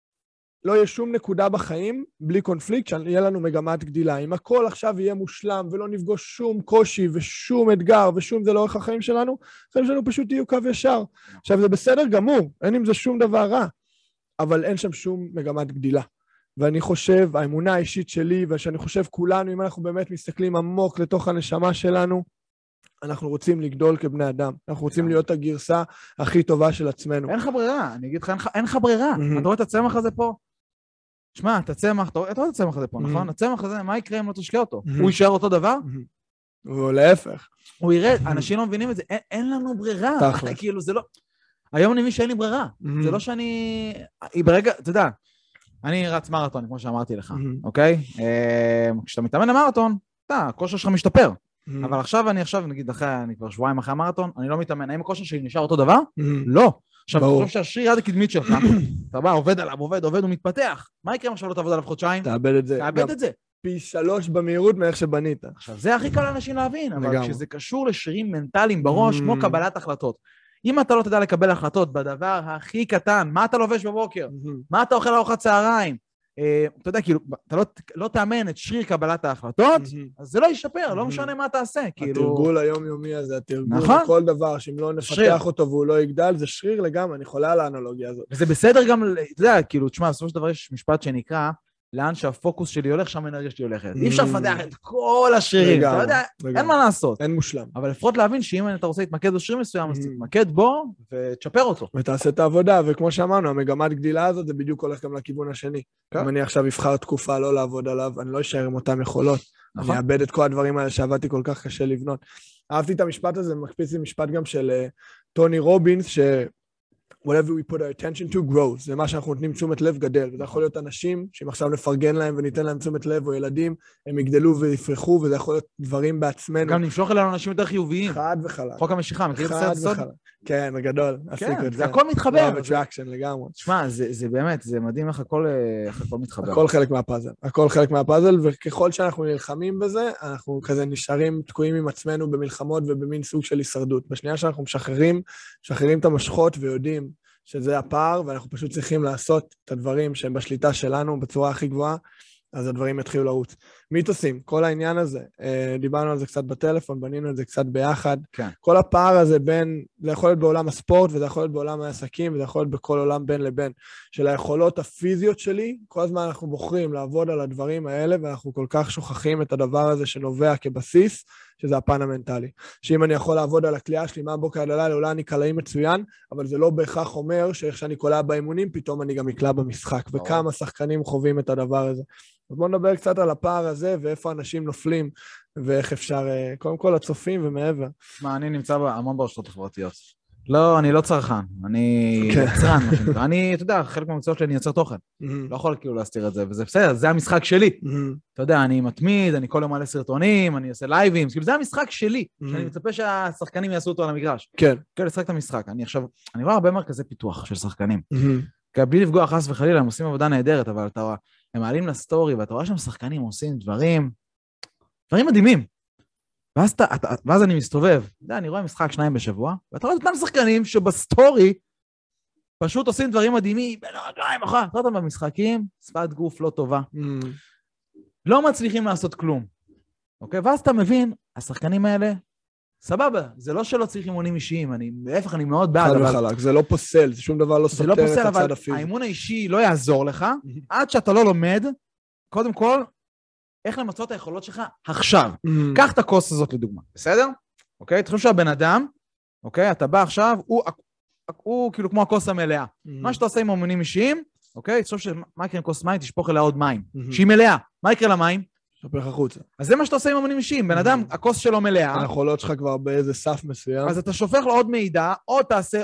לא יהיה שום נקודה בחיים בלי קונפליקט, שיהיה לנו מגמת גדילה. אם הכל עכשיו יהיה מושלם ולא נפגוש שום קושי ושום אתגר ושום זה לאורך החיים שלנו, החיים שלנו פשוט יהיו קו ישר. עכשיו זה בסדר גמור, אין עם זה שום דבר רע, אבל אין שם שום מגמת גדילה. ואני חושב, האמונה האישית שלי, ושאני חושב כולנו, אם אנחנו באמת מסתכלים עמוק לתוך הנשמה שלנו, אנחנו רוצים לגדול כבני אדם. אנחנו רוצים להיות הגרסה הכי טובה של עצמנו. אין לך ברירה, אני אגיד לך, אין לך ברירה. אתה רואה את הצמח הזה פה? שמע, אתה רואה את הצמח הזה פה, נכון? הצמח הזה, מה יקרה אם לא תשקה אותו? הוא יישאר אותו דבר? הוא להפך. הוא יראה, אנשים לא מבינים את זה, אין לנו ברירה. כאילו, זה לא... היום אני מבין שאין לי ברירה. זה לא שאני... ברגע, אתה יודע, אני רץ מרתון, כמו שאמרתי לך, אוקיי? כשאתה מתאמן למרתון, הכושר שלך משתפר. אבל עכשיו נגיד, אני כבר שבועיים אחרי המרתון, אני לא מתאמן. האם הכושר שלי נשאר אותו דבר? לא. עכשיו, אני חושב שהשריר יד הקדמית שלך, אתה בא, עובד עליו, עובד, הוא מתפתח. מה יקרה אם עכשיו לא תעבוד עליו חודשיים? תאבד את זה. תאבד את זה. פי 3 במהירות מאיך שבנית. עכשיו, זה הכי קל לאנשים להבין, אבל כשזה קשור לשרירים מנטליים בראש, כמו קבלת החלטות. אם אתה לא תדע לקבל החלטות בדבר הכי קטן, מה אתה לובש בבוקר? מה אתה אוכל לארוחת צהריים? אתה יודע, כאילו, אתה לא תאמן את שריר קבלת ההחלטות, אז זה לא ישפר, לא משנה מה תעשה. התרגול היומיומי הזה, התרגול כל דבר, שאם לא נפתח אותו והוא לא יגדל, זה שריר לגמרי, אני חולה על האנלוגיה הזאת. וזה בסדר גם, אתה יודע, כאילו, תשמע, בסופו של דבר יש משפט שנקרא, לאן שהפוקוס שלי הולך, שם האנרגיה שלי הולכת. אי אפשר לפתח את כל השרירים, אתה יודע, אין מה לעשות. אין מושלם. אבל לפחות להבין שאם אתה רוצה להתמקד בשריר מסוים, אז תתמקד בו ותשפר אותו. ותעשה את העבודה, וכמו שאמרנו, המגמת גדילה הזאת, זה בדיוק הולך גם לכיוון השני. אם אני עכשיו אבחר תקופה לא לעבוד עליו, אני לא אשאר עם אותם יכולות. אני אאבד את כל הדברים האלה שעבדתי כל כך קשה לבנות. אהבתי את המשפט הזה, מקפיץ לי משפט גם של טוני רובינס, whatever we put our attention to grows, זה מה שאנחנו נותנים תשומת לב גדל, וזה יכול להיות אנשים שאם עכשיו נפרגן להם וניתן להם תשומת לב, או ילדים, הם יגדלו ויפרחו, וזה יכול להיות דברים בעצמנו. גם נמשוך אלינו אנשים יותר חיוביים. חד וחלק. חוק המשיכה, מכיר את הסרט סוד? כן, הגדול. כן, זה הכל מתחבר. attraction לגמרי. תשמע, זה באמת, זה מדהים איך הכל מתחבר. הכל חלק מהפאזל. הכל חלק מהפאזל, וככל שאנחנו נלחמים בזה, אנחנו כזה נשארים תקועים עם עצמנו במלחמות ובמין סוג של הישרדות. בשנייה שאנחנו משחררים את המשכות ויודעים שזה הפער, ואנחנו פשוט צריכים לעשות את הדברים שהם בשליטה שלנו בצורה הכי גבוהה, אז הדברים יתחילו לרוץ. מיתוסים, כל העניין הזה, דיברנו על זה קצת בטלפון, בנינו את זה קצת ביחד, כן. כל הפער הזה זה יכול להיות בעולם הספורט, וזה יכול להיות בעולם העסקים, וזה יכול להיות בכל עולם בין לבין, של היכולות הפיזיות שלי, כל הזמן אנחנו בוחרים לעבוד על הדברים האלה, ואנחנו כל כך שוכחים את הדבר הזה שנובע כבסיס, שזה הפן המנטלי. שאם אני יכול לעבוד על הקליעה שלי מהבוקר עד הלילה, אולי אני קלעי מצוין, אבל זה לא בהכרח אומר שאיך שאני קולע באימונים, פתאום אני גם אקלע במשחק, וכמה שחקנים חווים את הדבר הזה. אז בואו נדבר קצת על הפער הזה, ואיפה אנשים נופלים, ואיך אפשר, קודם כל הצופים ומעבר. מה, אני נמצא המון ברשתות החברתיות. לא, אני לא צרכן, אני יצרן. אני, אתה יודע, חלק מהמקצועות שלי אני יוצר תוכן. לא יכול כאילו להסתיר את זה, וזה בסדר, זה המשחק שלי. אתה יודע, אני מתמיד, אני כל יום מעלה סרטונים, אני עושה לייבים, כאילו זה המשחק שלי, שאני מצפה שהשחקנים יעשו אותו על המגרש. כן. כן, לשחק את המשחק. אני רואה הרבה מרכזי פיתוח של שחקנים. בלי לפגוע חס וחלילה, הם עושים עבודה נהדרת, אבל הם מעלים לסטורי, ואתה רואה שהם שחקנים עושים דברים מדהימים. ואז אני מסתובב, אני רואה משחק 2 בשבוע, ואתה רואה את אותם שחקנים שבסטורי פשוט עושים דברים מדהימים, בין הרגליים, אתה רואה אותם במשחקים, שפת גוף לא טובה. לא מצליחים לעשות כלום. אוקיי? ואז אתה מבין, השחקנים האלה, סבבה, זה לא שלא צריך אימונים אישיים, להפך, אני מאוד בעד. חד וחלק, זה לא פוסל, זה שום דבר לא סותר את הצד הפיזי. אבל האימון האישי לא יעזור לך, עד שאתה לא לומד, קודם כל, איך למצות את היכולות שלך עכשיו. קח את הכוס הזאת לדוגמה, בסדר? אוקיי? תחשוב שהבן אדם, אוקיי? אתה בא עכשיו, הוא כאילו כמו הכוס המלאה. מה שאתה עושה עם אימונים אישיים, אוקיי? תחשוב שמה יקרה עם כוס מים, תשפוך אליה עוד מים. שהיא מלאה. מה יקרה למים? שפך החוצה. אז זה מה שאתה עושה עם אימונים אישיים. בן אדם, הכוס שלו מלאה. היכולות שלך כבר באיזה סף מסוים. אז אתה שופך לו עוד מידע, או תעשה,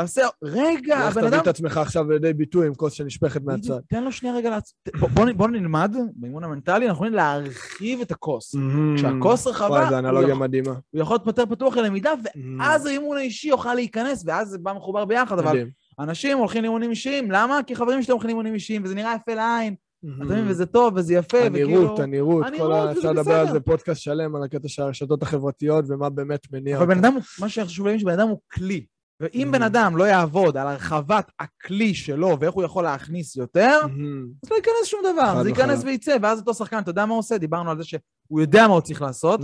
רגע, הבן אדם... תביא את עצמך עכשיו לידי ביטוי עם כוס שנשפכת מהצד. תן לו שנייה רגע בוא נלמד, באימון המנטלי, אנחנו יכולים להרחיב את הכוס. כשהכוס רחבה, וואי, זה אנלוגיה מדהימה. הוא יכול להיות יותר פתוח ללמידה, ואז האימון האישי יוכל להיכנס, ואז זה בא מחובר ביחד, אבל אנשים הולכים לאימונים אישיים, למה? כי חברים שלהם הולכים לאימונים אישיים, וזה נראה יפה לעין. אתה מבין, וזה טוב, וזה יפה, הנראות, אפשר לדבר על זה פודקאסט שלם, על הקטע של הרשתות החברתיות, ומה באמת מניע. אבל בן אדם, מה שחשוב להבין, שבן אדם הוא כלי, ואם בן אדם לא יעבוד על הרחבת הכלי שלו, ואיך הוא יכול להכניס יותר, אז לא ייכנס שום דבר, זה ייכנס וייצא, ואז אותו שחקן, אתה יודע מה הוא עושה? דיברנו על זה שהוא יודע מה הוא צריך לעשות,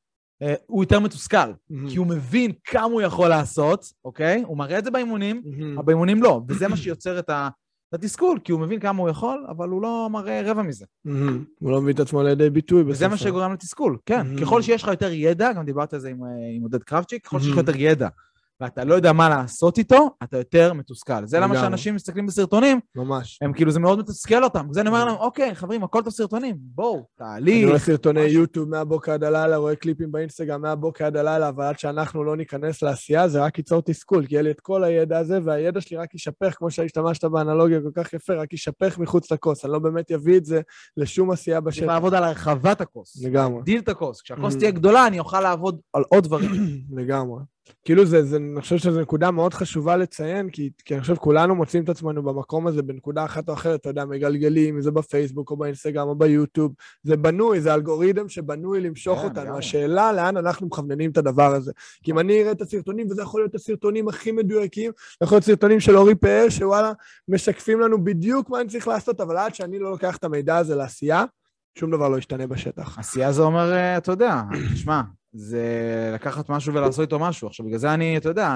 הוא יותר מתוסכל, כי הוא מבין כמה הוא יכול לעשות, אוקיי? הוא מראה את זה באימונים, אבל באימונים לא, וזה מה שיוצר את התסכול, כי הוא מבין כמה הוא יכול, אבל הוא לא מראה רבע מזה. הוא לא מביא את עצמו לידי ביטוי. וזה מה שגורם לתסכול, כן. ככל שיש לך יותר ידע, גם דיברת על זה עם עודד קרבצ'יק, ככל שיש לך יותר ידע, ואתה לא יודע מה לעשות איתו, אתה יותר מתוסכל. זה למה שאנשים מסתכלים בסרטונים, ממש. הם כאילו, זה מאוד מתסכל אותם. זה אני אומר להם, אוקיי, חברים, הכל טוב סרטונים, בואו, תעלי. אני רואה סרטוני יוטיוב מהבוקר עד הלילה, רואה קליפים באינסטגרם מהבוקר עד הלילה, אבל עד שאנחנו לא ניכנס לעשייה, זה רק ייצור תסכול, כי יהיה לי את כל הידע הזה, והידע שלי רק יישפך, כמו שהשתמשת באנלוגיה כל כך יפה, רק יישפך מחוץ לכוס. אני לא באמת יביא את זה לשום עשייה בשטח. צריך לעבוד על הרחבת הכוס. לגמרי. להגדיל את הכוס. כשהכוס תהיה גדולה, אני אוכל לעבוד על עוד דברים. לגמרי. כאילו אני חושב שזו נקודה מאוד חשובה לציין, כי אני חושב כולנו מוצאים את עצמנו במקום הזה בנקודה אחת או אחרת, אתה יודע, מגלגלים, אם זה בפייסבוק או באינסטגרם או ביוטיוב, זה בנוי, זה אלגוריתם שבנוי למשוך אותנו. השאלה לאן אנחנו מכווננים את הדבר הזה. כי אם אני אראה את הסרטונים, וזה יכול להיות הסרטונים הכי מדויקים, יכול להיות סרטונים של אורי פאר, שוואלה, משקפים לנו בדיוק מה אני צריך לעשות, אבל עד שאני לא לוקח את המידע הזה לעשייה, שום דבר לא ישתנה בשטח. עשייה זה אומר, אתה יודע, תשמע, זה לקחת משהו ולעשות איתו משהו. עכשיו, בגלל זה אני, אתה יודע,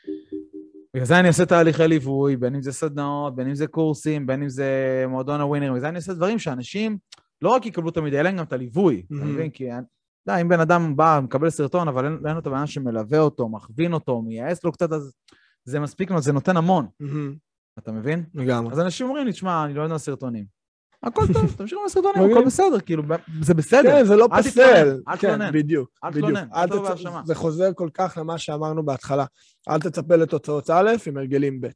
בגלל זה אני עושה תהליכי ליווי, בין אם זה סדנאות, בין אם זה קורסים, בין אם זה מועדון הווינרים, בגלל זה אני עושה דברים שאנשים לא רק יקבלו את המידע, אלא גם את הליווי, אתה מבין? כי, אם בן אדם בא, מקבל סרטון, אבל אין לו את הבן שמלווה אותו, מכווין אותו, מייעץ לו קצת, אז זה מספיק, זה נותן המון. אתה מבין? לגמרי. אז אנשים אומרים לי, תשמע, אני לא יודע סרטונים. הכל טוב, תמשיך עם הסרטונים, הכל בסדר, כאילו, זה בסדר. כן, זה לא פסל. אל תלונן. בדיוק. אל תלונן, אל תבוא בהאשמה. זה חוזר כל כך למה שאמרנו בהתחלה. אל תצפה לתוצאות א' עם הרגלים ב'.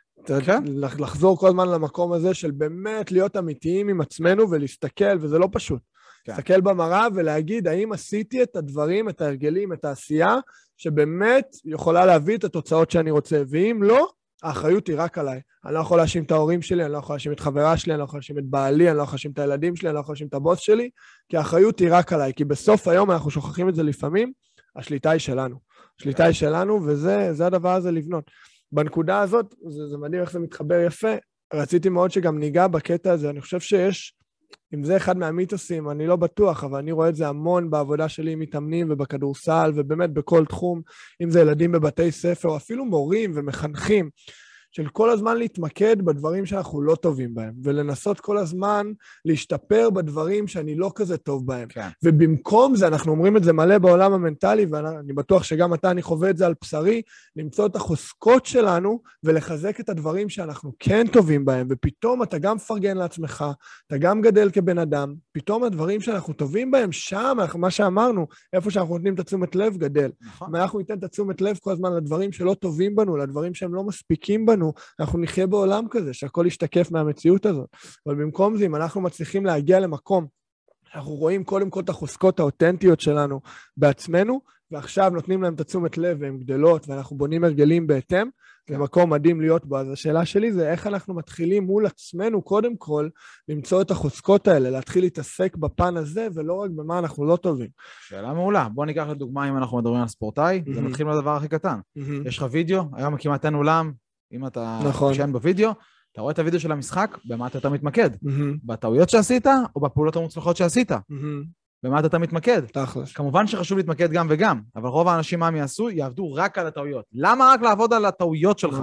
לחזור כל הזמן למקום הזה של באמת להיות אמיתיים עם עצמנו ולהסתכל, וזה לא פשוט. להסתכל במראה ולהגיד, האם עשיתי את הדברים, את ההרגלים, את העשייה, שבאמת יכולה להביא את התוצאות שאני רוצה, ואם לא, האחריות היא רק עליי. אני לא יכול להאשים את ההורים שלי, אני לא יכול להאשים את חברה שלי, אני לא יכול להאשים את בעלי, אני לא יכול להאשים את הילדים שלי, אני לא יכול להאשים את הבוס שלי, כי האחריות היא רק עליי, כי בסוף היום אנחנו שוכחים את זה לפעמים, השליטה היא שלנו. השליטה היא שלנו, וזה הדבר הזה לבנות. בנקודה הזאת, זה מדהים איך זה מתחבר יפה, רציתי מאוד שגם ניגע בקטע הזה, אני חושב שיש, אם זה אחד מהמיתוסים, אני לא בטוח, אבל אני רואה את זה המון בעבודה שלי עם מתאמנים ובכדורסל, ובאמת בכל תחום, אם זה ילדים בבתי ספר, או אפילו מורים ומחנכים, של כל הזמן להתמקד בדברים שאנחנו לא טובים בהם, ולנסות כל הזמן להשתפר בדברים שאני לא כזה טוב בהם. כן. ובמקום זה, אנחנו אומרים את זה מלא בעולם המנטלי, ואני בטוח שגם אתה, אני חווה את זה על בשרי, למצוא את החוזקות שלנו, ולחזק את הדברים שאנחנו כן טובים בהם, ופתאום אתה גם פרגן לעצמך, אתה גם גדל כבן אדם, פתאום הדברים שאנחנו טובים בהם, שם, מה שאמרנו, איפה שאנחנו נותנים את התשומת לב, גדל. נכון. אם אנחנו ניתן את התשומת לב כל הזמן לדברים שלא טובים בנו, לדברים שהם לא מספיקים בנו, אנחנו נחיה בעולם כזה, שהכל ישתקף מהמציאות הזאת. אבל במקום זה, אם אנחנו מצליחים להגיע למקום, אנחנו רואים קודם כל את החוזקות האותנטיות שלנו בעצמנו, ועכשיו נותנים להם את התשומת לב, והן גדלות, ואנחנו בונים הרגלים בהתאם, זה מקום מדהים להיות בו. אז השאלה שלי זה איך אנחנו מתחילים מול עצמנו, קודם כל, למצוא את החוזקות האלה, להתחיל להתעסק בפן הזה, ולא רק במה אנחנו לא טובים. שאלה מעולה. בוא ניקח לדוגמה, אם אנחנו מדברים על ספורטאי, זה מתחיל מהדבר הכי קטן. יש לך וידאו, היום כמעט אין אולם, אם אתה משען בווידאו, אתה רואה את הוידאו של המשחק, במה אתה מתמקד? בטעויות שעשית, או בפעולות המוצלחות שעשית? במה אתה מתמקד? כמובן שחשוב להתמקד גם וגם, אבל רוב האנשים מה הם יעשו? יעבדו רק על הטעויות. למה רק לעבוד על הטעויות שלך?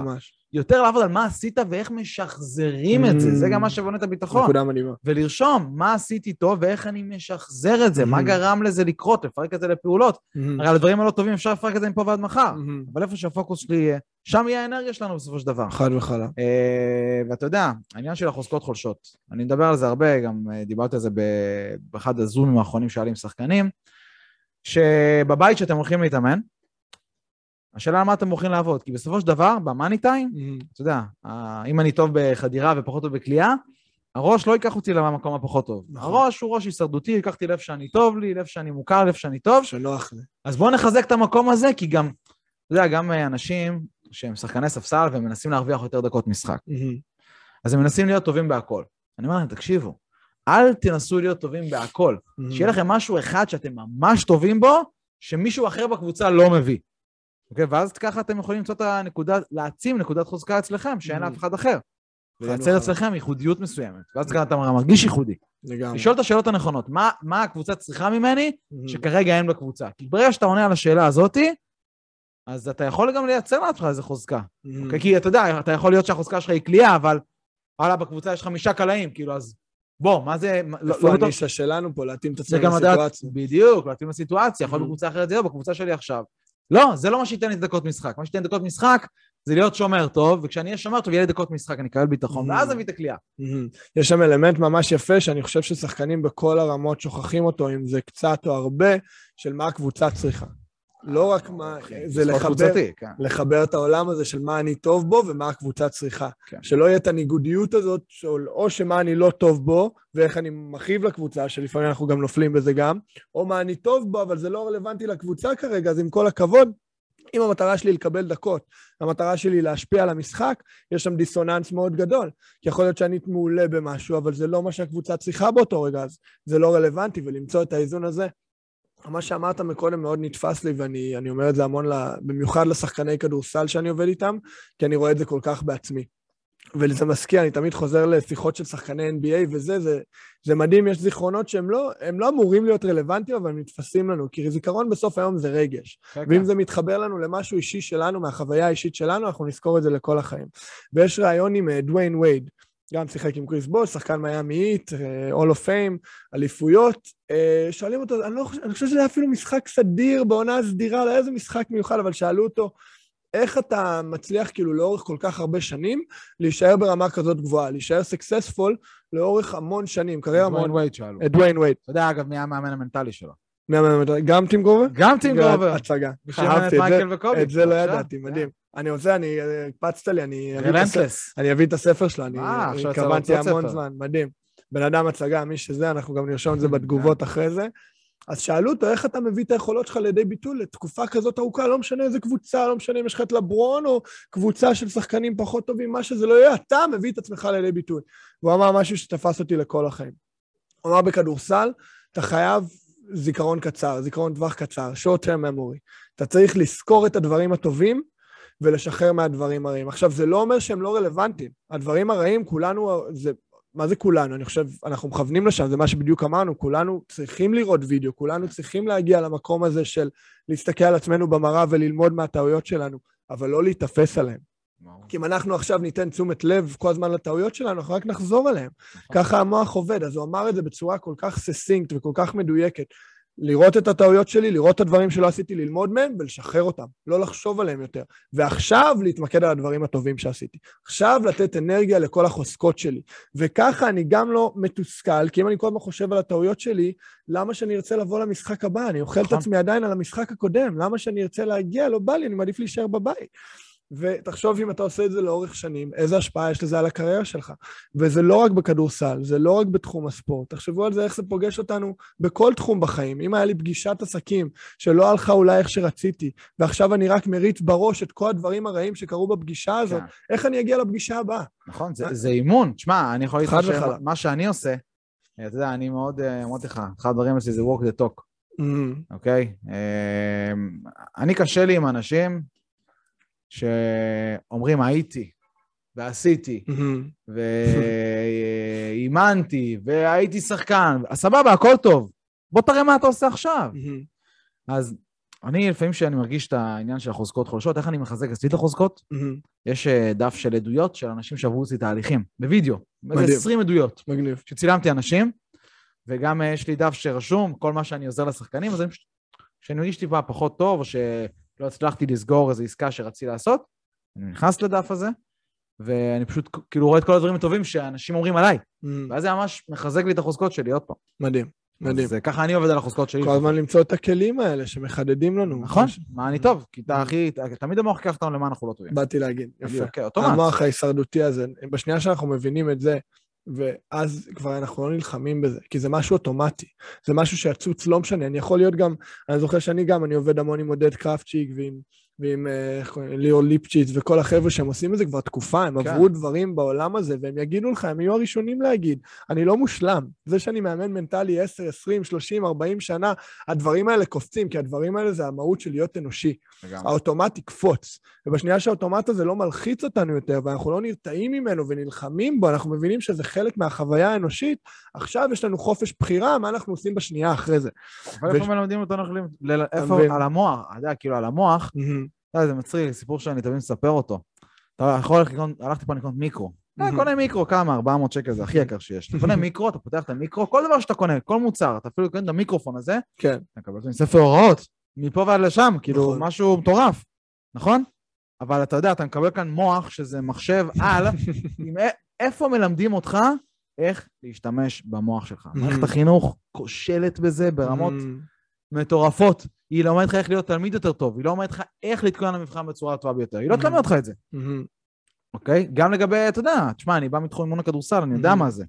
יותר לעבוד על מה עשית ואיך משחזרים את זה. זה גם מה שבונה את הביטחון. נקודה מדהימה. ולרשום מה עשיתי טוב ואיך אני משחזר את זה, מה גרם לזה לקרות, לפרק את זה לפעולות. הרי על הדברים הלא טובים אפשר לפרק את זה מפה ועד מחר. אבל איפה שהפוקוס שלי יהיה, שם יהיה האנרגיה שלנו בסופו של דבר. חד וחלק. ואתה יודע, העניין של החוזקות חולשות, אני מדבר על זה הרבה, גם דיברתי על זה באחד הזומים האחרונים שעלי עם שחקנים, שבבית שאתם הולכים להתאמן, השאלה על מה אתם הולכים לעבוד, כי בסופו של דבר, במאני טיים, אתה יודע, אם אני טוב בחדירה ופחות טוב בקליעה, הראש לא ייקח אותי למקום הפחות טוב. הראש הוא ראש הישרדותי, ייקחתי לב שאני טוב לי, לב שאני מוכר, לב שאני טוב. שנוח לי. אז בואו נחזק את המקום הזה, כי גם, אתה יודע, גם אנשים שהם שחקני ספסל והם מנסים להרוויח יותר דקות משחק. אז הם מנסים להיות טובים בהכל. אני אומר להם, תקשיבו, אל תנסו להיות טובים בהכל. שיהיה לכם משהו אחד שאתם ממש טובים בו, שמישהו אחר בקבוצה לא מביא. אוקיי? ואז ככה אתם יכולים למצוא את הנקודה, להעצים נקודת חוזקה אצלכם, שאין לאף אחד אחר. ולייצר אצלכם ייחודיות מסוימת. ואז ככה אתה מרגיש ייחודי. לשאול את השאלות הנכונות, מה הקבוצה צריכה ממני, שכרגע אין בקבוצה. כי ברגע שאתה עונה על השאלה הזאת, אז אתה יכול גם לייצר לעצמך איזה חוזקה. אוקיי? כי אתה יודע, אתה יכול להיות שהחוזקה שלך היא קליעה, אבל הלאה בקבוצה יש 5 קלעים, כאילו אז בוא, מה זה... איפה הנישה שלנו פה, להתאים את עצמנו לסיטואציה. בדיוק, להתאים לסיטואציה, יכול בקבוצה אחרת זה, בקבוצה שלי עכשיו. לא, זה לא מה שייתן לי דקות משחק. מה שייתן דקות משחק זה להיות שומר טוב, וכשאני אהיה שומר טוב, יהיה לי דקות משחק, אני אקבל ביטחון, ואז אביא את הקליעה. יש שם אלמנט ממש יפה, שאני חושב ששחקנים בכל הרמות שוכחים אותו, אם זה קצת או הרבה, של מה הקבוצה צריכה. לא רק מה, זה לחבר את העולם הזה של מה אני טוב בו ומה הקבוצה צריכה. שלא יהיה את הניגודיות הזאת, או שמה אני לא טוב בו, ואיך אני מכאיב לקבוצה, שלפעמים אנחנו גם נופלים בזה גם, או מה אני טוב בו, אבל זה לא רלוונטי לקבוצה כרגע, אז עם כל הכבוד, אם המטרה שלי לקבל דקות, המטרה שלי להשפיע על המשחק, יש שם דיסוננס מאוד גדול, כי יכול להיות שאני מעולה במשהו, אבל זה לא מה שהקבוצה צריכה באותו רגע, אז זה לא רלוונטי, ולמצוא את האיזון הזה, מה שאמרת מקודם מאוד נתפס לי, ואני אומר את זה המון, במיוחד לשחקני כדורסל שאני עובד איתם, כי אני רואה את זה כל כך בעצמי. וזה מזכיר, אני תמיד חוזר לשיחות של שחקני NBA, זה מדהים, יש זיכרונות שהם לא אמורים להיות רלוונטיים, אבל הם נתפסים לנו, כי זיכרון בסוף היום זה רגש. ואם זה מתחבר לנו למשהו אישי שלנו, מהחוויה האישית שלנו, אנחנו נזכור את זה לכל החיים. ויש רעיון עם דוויין וייד, גם שיחק עם קריס בוש, שחקן מיאמי היט, Hall of Fame, אליפויות, שואלים אותו, אני חושב שזה היה אפילו משחק סדיר, בעונה הסדירה, לא איזה משחק מיוחד, אבל שאלו אותו, איך אתה מצליח כאילו לאורך כל כך הרבה שנים, להישאר ברמה כזאת גבוהה, להישאר סקסספול לאורך המון שנים, קריירה המון... דוויין וייד שאלו. דוויין וייד. אתה יודע, אגב, מי המאמן המנטלי שלו? גם טים גרובר? גם טים גרובר. הצגה. אהבתי את זה לא ידעתי, מדהים. אני הקפצת לי, אני אביא את הספר שלו, אני קבעתי המון זמן, מדהים. בן אדם הצגה, מי שזה, אנחנו גם נרשום את זה בתגובות אחרי זה. אז שאלו אותו, איך אתה מביא את היכולות שלך לידי ביטול לתקופה כזאת ארוכה, לא משנה איזה קבוצה, לא משנה אם יש לך את לברון או קבוצה של שחקנים פחות טובים, מה שזה לא יהיה, אתה מביא את עצמך לידי ביטול. והוא אמר משהו שתפס אותי לכל החיים. הוא אמר בכדורסל, אתה חייב זיכרון קצר, זיכרון טווח קצר, short term memory. אתה צריך לזכור את הדברים הטובים ולשחרר מהדברים הרעים. עכשיו, זה לא אומר שהם לא רלוונטיים. הדברים הרעים, כולנו, מה זה כולנו? אני חושב, אנחנו מכוונים לשם, זה מה שבדיוק אמרנו, כולנו צריכים לראות וידאו, כולנו צריכים להגיע למקום הזה של להסתכל על עצמנו במראה וללמוד מהטעויות שלנו, אבל לא להתאפס עליהם. כי אם אנחנו עכשיו ניתן תשומת לב כל הזמן לטעויות שלנו, אנחנו רק נחזור עליהם. ככה המוח עובד, אז הוא אמר את זה בצורה כל כך ססינקט וכל כך מדויקת, לראות את הטעויות שלי, לראות את הדברים שלא עשיתי, ללמוד מהם ולשחרר אותם, לא לחשוב עליהם יותר. ועכשיו להתמקד על הדברים הטובים שעשיתי. עכשיו לתת אנרגיה לכל החוזקות שלי. וככה אני גם לא מתוסכל, כי אם אני כל הזמן חושב על הטעויות שלי, למה שאני ארצה לבוא למשחק הבא? אני אוכל את עצמי עדיין על המשחק הקודם. למה שאני ארצה להגיע? לא בא לי, אני מעדיף להישאר בבית. ותחשוב אם אתה עושה את זה לאורך שנים, איזה השפעה יש לזה על הקריירה שלך. וזה לא רק בכדורסל, זה לא רק בתחום הספורט. תחשבו על זה, איך זה פוגש אותנו בכל תחום בחיים. אם היה לי פגישת עסקים שלא הלכה אולי איך שרציתי, ועכשיו אני רק מריץ בראש את כל הדברים הרעים שקרו בפגישה הזאת, איך אני אגיע לפגישה הבאה? נכון, זה אימון. תשמע, אני יכול להתחיל שמה שאני עושה, אתה יודע, אני מאוד, אמרתי לך, אחד הדברים הזה זה walk the talk. אוקיי? אני קשה לי עם אנשים שאומרים הייתי, ועשיתי, ואימנתי, והייתי שחקן, סבבה, הכל טוב. בוא תראה מה אתה עושה עכשיו. אז אני לפעמים שאני מרגיש את העניין של החוזקות חולשות, איך אני מחזק אצלי את החוזקות? יש דף של עדויות של אנשים שעברו אצלי תהליכים, בווידאו, איזה 20 עדויות. מגניב. שצילמתי אנשים, וגם יש לי דף שרשום, כל מה שאני עוזר לשחקנים, אז כשאני מרגיש טיפה פחות טוב, או שלא הצלחתי לסגור איזו עסקה שרציתי לעשות, אני נכנס לדף הזה, ואני פשוט כאילו רואה את כל הדברים הטובים שאנשים אומרים עליי, ואז זה ממש מחזק לי את החוזקות שלי, עוד פעם. מדהים. מדהים. אז ככה אני עובד על החוזקות שלי. כל הזמן למצוא את הכלים האלה שמחדדים לנו. נכון, מה אני טוב, כי תמיד המוח ייקח אותנו למה אנחנו לא טובים. באתי להגיד, יפה. אוטומט. המוח ההישרדותי הזה, בשנייה שאנחנו מבינים את זה, ואז כבר אנחנו לא נלחמים בזה, כי זה משהו אוטומטי, זה משהו שיצוץ לא משנה, אני יכול להיות גם, אני זוכר אני עובד המון עם עודד קרפצ'יק ועם ליאור ליפצ'יץ וכל החבר'ה שהם עושים את זה כבר תקופה, הם עברו דברים בעולם הזה, והם יגידו לך, הם יהיו הראשונים להגיד, אני לא מושלם, זה שאני מאמן מנטלי 10, 20, 30, 40 שנה, הדברים האלה קופצים, כי הדברים האלה זה המהות של להיות אנושי, האוטומט יקפוץ, ובשנייה שהאוטומט הזה לא מלחיץ אותנו יותר, ואנחנו לא נרתעים ממנו ונלחמים בו, אנחנו מבינים שזה חלק מהחוויה האנושית, עכשיו יש לנו חופש בחירה, מה אנחנו עושים בשנייה אחרי זה. אבל איפה מלמדים אותנו איפה על המוח, אתה יודע, כאילו על המוח, זה מצחיק, סיפור שאני תמיד מספר אותו. אתה יכול הלכתי פה לקנות מיקרו. קונה מיקרו, כמה? 400 שקל, זה הכי יקר שיש. אתה קונה מיקרו, אתה פותח את המיקרו, כל דבר שאתה קונה, כל מוצר, אתה אפילו קונה את המיקרופון הזה, אתה מקבל את ספר הוראות, מפה ועד לשם, כאילו משהו מטורף, נכון? אבל אתה יודע, אתה מקבל כאן מוח שזה מחשב על, איפה מלמדים אותך איך להשתמש במוח שלך. מערכת החינוך כושלת בזה ברמות מטורפות. היא לא אומרת לך איך להיות תלמיד יותר טוב, היא לא אומרת לך איך להתכונן למבחן בצורה הטובה ביותר, היא לא תלמד אותך את זה. אוקיי? גם לגבי, אתה יודע, תשמע, אני בא מתחום אימון הכדורסל, אני יודע מה זה.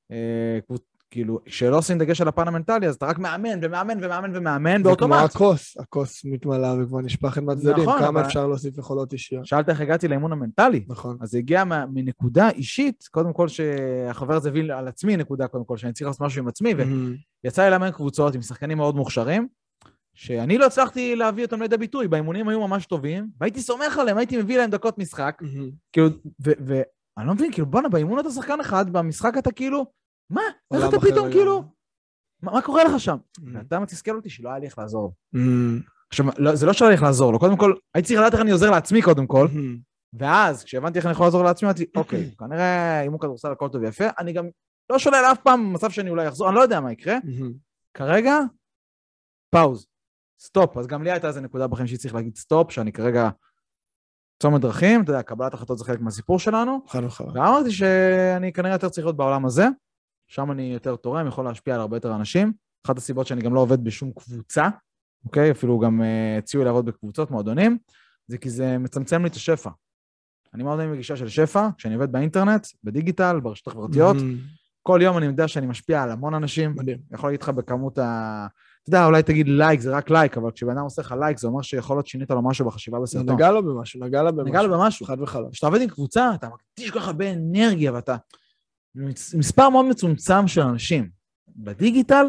כאילו, כשלא עושים דגש על הפן המנטלי, אז אתה רק מאמן ומאמן ומאמן ומאמן באוטומט. זה כמו הכוס מתמלא וכבר נשפך את מהצדדים, כמה אפשר להוסיף יכולות אישיות. שאלת איך הגעתי לאימון המנטלי. נכון. אז זה הגיע מנקודה אישית, קודם כל שהחבר הזה הביא על עצמי נקודה, קודם כל, שאני צריך לעשות משהו עם עצמי, ויצא לי לאמן קבוצות עם שחקנים מאוד מוכשרים, שאני לא הצלחתי להביא אותם לידי ביטוי, באימונים היו ממש טובים, והייתי סומך עליהם, הייתי מביא להם דקות משחק, כאילו, ואני לא מבין, כאילו, בונה, באימון אתה שחקן אחד, במשחק אתה כאילו, מה? איך אתה פתאום כאילו? מה קורה לך שם? ואתה מתסכל אותי שלא היה לי איך לעזור. עכשיו, זה לא שלא היה לי איך לעזור לו, קודם כל, הייתי צריך לדעת איך אני עוזר לעצמי קודם כל, ואז, כשהבנתי איך אני יכול לעזור לעצמי, אמרתי, אוקיי, כנראה אימון כדורסל הכל טוב ויפה, אני גם לא שולל אף פעם מצב שאני אולי אחזור, אני לא יודע מה יקרה. כרגע, פאוז, סטופ. אז גם לי הייתה איזה נקודה בחיים שצריך להגיד סטופ, שאני כרגע צומת דרכים, אתה יודע, קבלת החלטות זה חלק מהסיפור שלנו. ואמרתי שאני כנראה יותר צריך להיות בעולם הזה, שם אני יותר תורם, יכול להשפיע על הרבה יותר אנשים. אחת הסיבות שאני גם לא עובד בשום קבוצה, אוקיי? אפילו גם הציעו לעבוד בקבוצות, מועדונים, זה כי זה מצמצם לי את השפע. אני מאוד אוהב בגישה של שפע, כשאני עובד באינטרנט, בדיגיטל, ברשתות חברתיות, כל יום אני יודע שאני משפיע על המון אנשים. מדהים. יכול להגיד לך בכמות אתה יודע, אולי תגיד לייק, זה רק לייק, אבל כשבן אדם עושה לך לייק, זה אומר שיכול להיות שינית לו משהו בחשיבה בסרטון. נגע לו במשהו. חד וחלק. כשאתה עובד עם קבוצה, אתה מקדיש כל כך הרבה אנרגיה, ואתה מספר מאוד מצומצם של אנשים. בדיגיטל,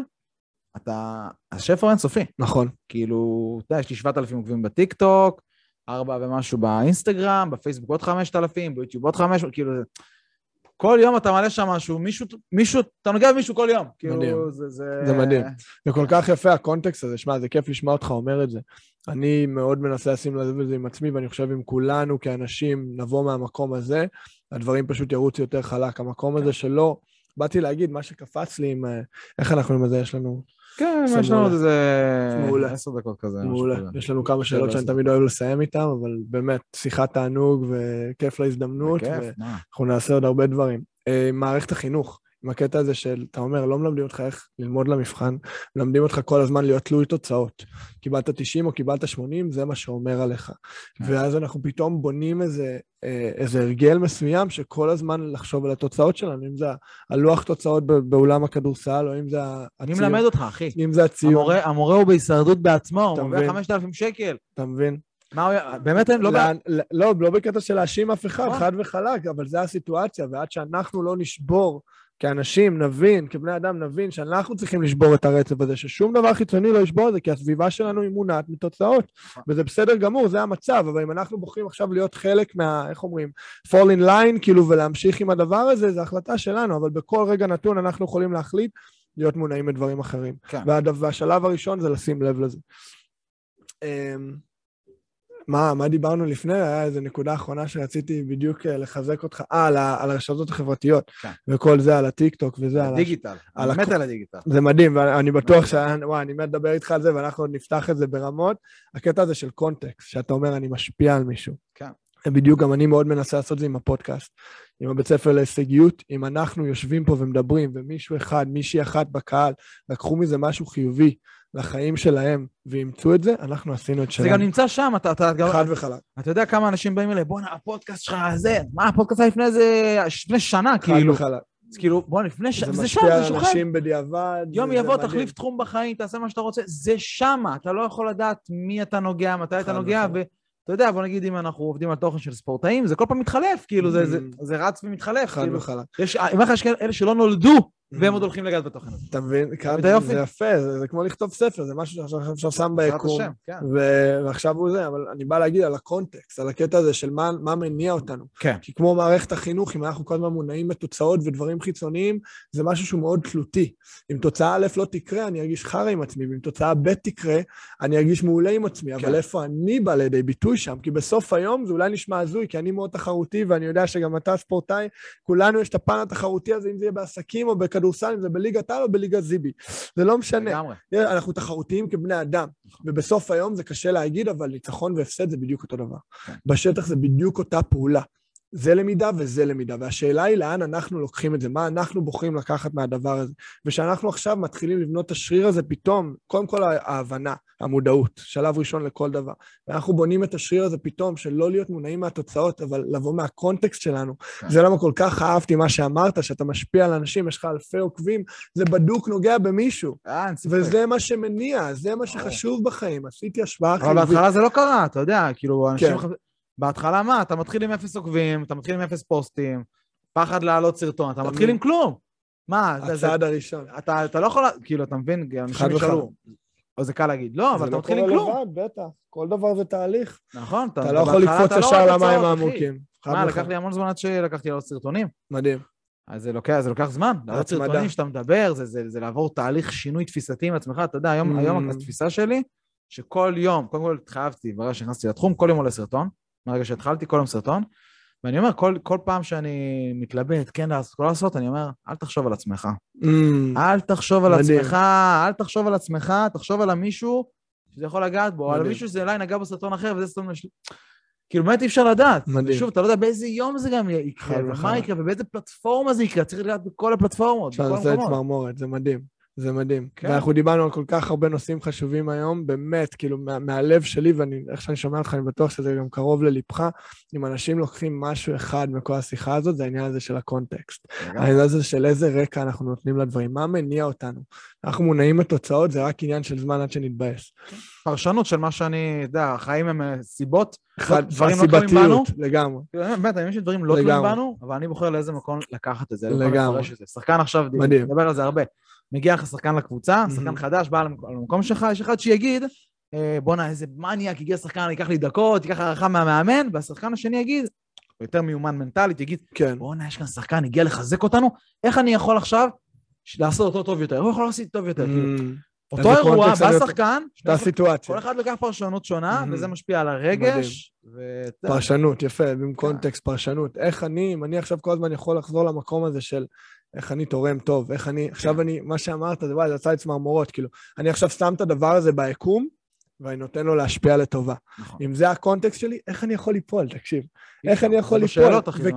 השפע אינסופי. נכון. כאילו, אתה יודע, יש לי 7,000 עוקבים בטיק טוק, 4 ומשהו באינסטגרם, בפייסבוק עוד 5,000, ביוטיוב עוד 5,000, כאילו, כל יום אתה מעלה שם משהו, מישהו, אתה נוגע במישהו כל יום. מדהים. זה מדהים. זה כל כך יפה, הקונטקסט הזה, שמע, זה כיף לשמוע אותך אומר את זה. אני מאוד מנסה לשים לזה עם עצמי, ואני חושב עם כולנו כאנשים נבוא מהמקום הזה, הדברים פשוט ירוצו יותר חלק. המקום הזה שלא, באתי להגיד, מה שקפץ לי עם, איך אנחנו עם זה, יש לנו... כן, יש לנו איזה 10 דקות כזה. מעולה. יש לנו כמה שאלות שאני תמיד אוהב לסיים איתם, אבל באמת, שיחת תענוג וכיף להזדמנות, ואנחנו נעשה עוד הרבה דברים. מערכת החינוך, עם הקטע הזה של, אתה אומר, לא מלמדים אותך איך ללמוד למבחן, מלמדים אותך כל הזמן להיות תלוי תוצאות. קיבלת 90 או קיבלת 80, זה מה שאומר עליך. ואז אנחנו פתאום בונים איזה הרגל מסוים, שכל הזמן לחשוב על התוצאות שלנו, אם זה הלוח תוצאות באולם הכדורסל, או אם זה הציון. אני מלמד אותך, אחי. אם זה הציון. המורה הוא בהישרדות בעצמו, הוא מרוויח 5,000 שקל. אתה מבין? באמת לא בקטע של להאשים אף אחד, חד וחלק, אבל זה הסיטואציה, ועד שאנחנו לא נשבור, כאנשים נבין, כבני אדם נבין, שאנחנו צריכים לשבור את הרצף הזה, ששום דבר חיצוני לא ישבור את זה, כי הסביבה שלנו היא מונעת מתוצאות, וזה בסדר גמור, זה המצב, אבל אם אנחנו בוחרים עכשיו להיות חלק מה, איך אומרים, fall in line, כאילו, ולהמשיך עם הדבר הזה, זה החלטה שלנו, אבל בכל רגע נתון אנחנו יכולים להחליט להיות מונעים מדברים אחרים. והשלב הראשון זה לשים לב לזה. מה דיברנו לפני? היה איזו נקודה אחרונה שרציתי בדיוק לחזק אותך, על הרשתות החברתיות, וכל זה, על הטיק טוק וזה. על הדיגיטל, אני מת על הדיגיטל. זה מדהים, ואני בטוח אני מת לדבר איתך על זה, ואנחנו עוד נפתח את זה ברמות. הקטע הזה של קונטקסט, שאתה אומר, אני משפיע על מישהו. כן. בדיוק גם אני מאוד מנסה לעשות זה עם הפודקאסט, עם הבית ספר להישגיות, אם אנחנו יושבים פה ומדברים, ומישהו אחד, מישהי אחת בקהל, לקחו מזה משהו חיובי לחיים שלהם, ואימצו את זה, אנחנו עשינו את שלנו. זה גם נמצא שם, חד וחלק. אתה יודע כמה אנשים באים אליי, בוא'נה, הפודקאסט שלך זה, מה, הפודקאסט לפני שנה, כאילו. חד וחלק. אז כאילו, בוא'נה, לפני שנה, זה משפיע על אנשים בדיעבד. יום יבוא, תחליף תחום בחיים, תעשה מה שאתה רוצה, זה שמה, אתה לא יכול לדעת מי אתה נוגע, מתי אתה נוגע, אתה יודע, בוא נגיד, אם אנחנו עובדים על תוכן של ספורטאים, זה כל פעם מתחלף, כאילו, זה רץ ומתחלף. חד וחלק. אם יש אלה שלא נולדו, והם עוד הולכים לגעת בתוכן הזה. אתה מבין? זה יפה, זה כמו לכתוב ספר, זה משהו שעכשיו שם ביקום, ועכשיו הוא זה, אבל אני בא להגיד על הקונטקסט, על הקטע הזה של מה מניע אותנו. כי כמו מערכת החינוך, אם אנחנו כל הזמן מונעים מתוצאות ודברים חיצוניים, זה משהו שהוא מאוד תלותי. אם תוצאה א' לא תקרה, אני ארגיש חרא עם עצמי, ואם תוצאה ב' תקרה, אני ארגיש מעולה עם עצמי, אבל איפה אני בא לידי ביטוי שם? כי בסוף היום זה אולי נשמע הזוי, כי אני מאוד תחרותי, ואני יודע שגם אתה ספורטאי, כולנו יש את הפן התחרותי הזה, אם זה יהיה בעסקים או בכדורסל, אם זה בליגת העל או בליגת זיבי. זה לא משנה. אנחנו תחרותיים כבני אדם, ובסוף היום זה קשה להגיד, אבל ניצחון והפסד זה בדיוק אותו דבר. בשטח זה בדיוק אותה פעולה. זה למידה וזה למידה, והשאלה היא לאן אנחנו לוקחים את זה, מה אנחנו בוחרים לקחת מהדבר הזה, ושאנחנו עכשיו מתחילים לבנות את השריר הזה פתאום, קודם כל ההבנה, המודעות, שלב ראשון לכל דבר, ואנחנו בונים את השריר הזה פתאום, של לא להיות מונעים מהתוצאות, אבל לבוא מהקונטקסט שלנו, זה למה כל כך אהבתי מה שאמרת, שאתה משפיע על אנשים, יש לך אלפי עוקבים, זה בדוק נוגע במישהו, וזה מה שמניע, זה מה שחשוב בחיים, עשיתי השוואה חיובית. אבל בהתחלה זה לא קרה, אתה יודע, כאילו אנשים בהתחלה מה? אתה מתחיל עם 0 עוקבים, אתה מתחיל עם 0 פוסטים, פחד לעלות סרטון, אתה מתחיל עם כלום. מה? הצעד הראשון. אתה לא יכול, כאילו, אתה מבין, אנשים ישאלו, או זה קל להגיד, לא, אבל אתה מתחיל עם כלום. זה לא קורה לבד, בטח, כל דבר זה תהליך. נכון. אתה לא יכול לקפוץ ישר למים העמוקים. מה, לקח לי המון זמן עד שלקחתי לעלות סרטונים. מדהים. אז זה לוקח זמן, לעלות סרטונים שאתה מדבר, זה לעבור תהליך שינוי תפיסתי עם עצמך, אתה יודע, היום התפיסה שלי, שכל יום, קודם כל התחייבתי, ברגע שנכנסתי לתחום, כל יום עולה סרטון, מהרגע שהתחלתי, כל יום סרטון, ואני אומר, כל פעם שאני מתלבט, כן, לעשות, אני אומר, אל תחשוב על עצמך. אל תחשוב על עצמך, אל תחשוב על עצמך, תחשוב על המישהו שזה יכול לגעת בו, על מישהו שזה אולי נגע בסרטון אחר, וזה סרטון משלי. כאילו, באמת אי אפשר לדעת. שוב, אתה לא יודע באיזה יום זה גם יקרה, ומה יקרה, ובאיזה פלטפורמה זה יקרה, צריך לדעת בכל הפלטפורמות. זה צמרמורת, זה מדהים. זה מדהים. ואנחנו דיברנו על כל כך הרבה נושאים חשובים היום, באמת, כאילו, מהלב שלי, ואיך שאני שומע אותך, אני בטוח שזה גם קרוב ללבך, אם אנשים לוקחים משהו אחד מכל השיחה הזאת, זה העניין הזה של הקונטקסט. העניין הזה של איזה רקע אנחנו נותנים לדברים, מה מניע אותנו. אנחנו מונעים את תוצאות, זה רק עניין של זמן עד שנתבאס. פרשנות של מה שאני, יודע, החיים הם סיבות, דברים לא תלויים בנו. לגמרי. באמת, אני חושב שדברים לא תלויים בנו, אבל אני בוחר לאיזה מקום לקחת את זה. לגמרי. שחקן עכשיו, נדבר על זה הרבה. מגיע לך שחקן לקבוצה, שחקן חדש, בא למקום שלך, יש אחד שיגיד, בוא'נה, איזה מניאק, הגיע שחקן, ייקח לי דקות, ייקח הערכה מהמאמן, והשחקן השני יגיד, יותר מיומן מנטלית, יגיד, בוא'נה, יש כאן שחקן, הגיע לחזק אותנו, איך אני יכול עכשיו לעשות אותו טוב יותר? הוא יכול לעשות טוב יותר. אותו אירוע, בא שחקן, כל אחד לקח פרשנות שונה, וזה משפיע על הרגש. פרשנות, יפה, במקונטקסט פרשנות. איך אם אני עכשיו כל הזמן יכול לחזור למקום הזה של איך אני תורם טוב, איך אני, עכשיו מה שאמרת, זה עשה את צמרמורות, כאילו, אני עכשיו שם את הדבר הזה ביקום, ואני נותן לו להשפיע לטובה. אם זה הקונטקסט שלי, איך אני יכול ליפול, תקשיב? איך אני יכול ליפול?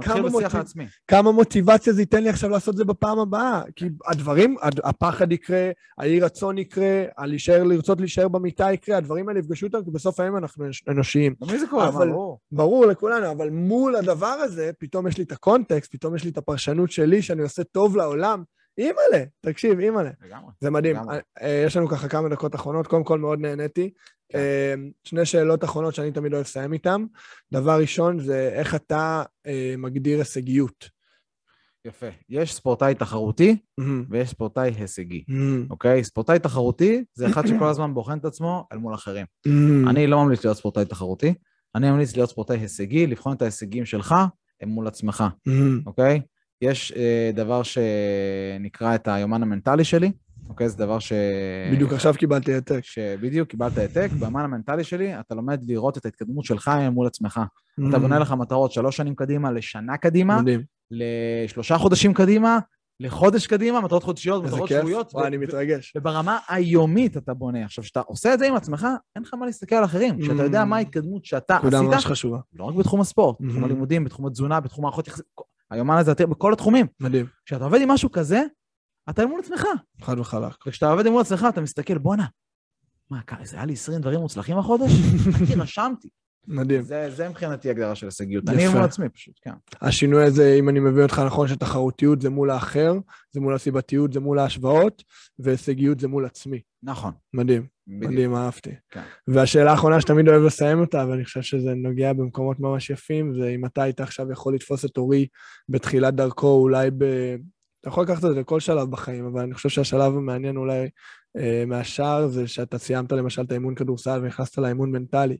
וכמה מוטיבציה זה ייתן לי עכשיו לעשות את זה בפעם הבאה? כי הדברים, הפחד יקרה, האי רצון יקרה, לרצות להישאר במיטה יקרה, הדברים האלה יפגשו אותם, כי בסוף היום אנחנו אנושיים. למי זה קורה? ברור לכולנו, אבל מול הדבר הזה, פתאום יש לי את הקונטקסט, פתאום יש לי את הפרשנות שלי, שאני עושה טוב לעולם, אימאלה, תקשיב, אימאלה. זה מדהים. יש לנו ככה כמה דקות אחרונות, קודם כל מאוד נהניתי. שני שאלות אחרונות שאני תמיד אוהב לסיים איתם. דבר ראשון זה איך אתה מגדיר הישגיות. יפה. יש ספורטאי תחרותי ויש ספורטאי הישגי. אוקיי? ספורטאי תחרותי זה אחד שכל הזמן בוחן את עצמו אל מול אחרים. אני לא ממליץ להיות ספורטאי תחרותי, אני ממליץ להיות ספורטאי הישגי, לבחון את ההישגים שלך הם מול עצמך. אוקיי? יש דבר שנקרא את היומן המנטלי שלי, אוקיי, זה דבר בדיוק עכשיו קיבלתי העתק. שבדיוק קיבלת העתק, באמן המנטלי שלי, אתה לומד לראות את ההתקדמות שלך מול עצמך. אתה בונה לך מטרות 3 שנים קדימה, לשנה קדימה, מדהים. ל3 חודשים קדימה, לחודש קדימה, מטרות חודשיות, מטרות שבועיות. וואי, אני מתרגש. וברמה היומית אתה בונה. עכשיו, שאתה עושה את זה עם עצמך, אין לך מה להסתכל על אחרים. שאתה יודע מה ההתקדמות שאתה נקודה עשית, ממש חשובה. לא רק בתחום הספורט, בתחום הלימודים, בתחום התזונה, בתחום מערכות יחסים, היומן הזה בכל התחומים. מדהים. כשאתה עובד עם משהו כזה, אתה אל מול עצמך. חד וחלק. וכשאתה עובד עם מול עצמך, אתה מסתכל, בוא'נה, מה, זה היה לי 20 דברים מוצלחים החודש? כי רשמתי. מדהים. זה מבחינתי הגדרה של הישגיות. אני מול עצמי פשוט, כן. השינוי הזה, אם אני מביא אותך נכון, שתחרותיות זה מול האחר, זה מול הסיבתיות, זה מול ההשוואות, והישגיות זה מול עצמי. נכון. מדהים. מדהים, אהבתי. כן. והשאלה האחרונה שתמיד אוהב לסיים אותה, ואני חושב שזה נוגע במקומות ממש יפים, זה אם אתה היית עכשיו יכול לתפוס את אורי בתחילת דרכו, אולי אתה יכול לקחת את זה לכל שלב בחיים, אבל אני חושב שהשלב המעניין אולי מהשאר, זה שאתה סיימת למשל את האימון כדורסל ונכנסת לאימון מנטלי.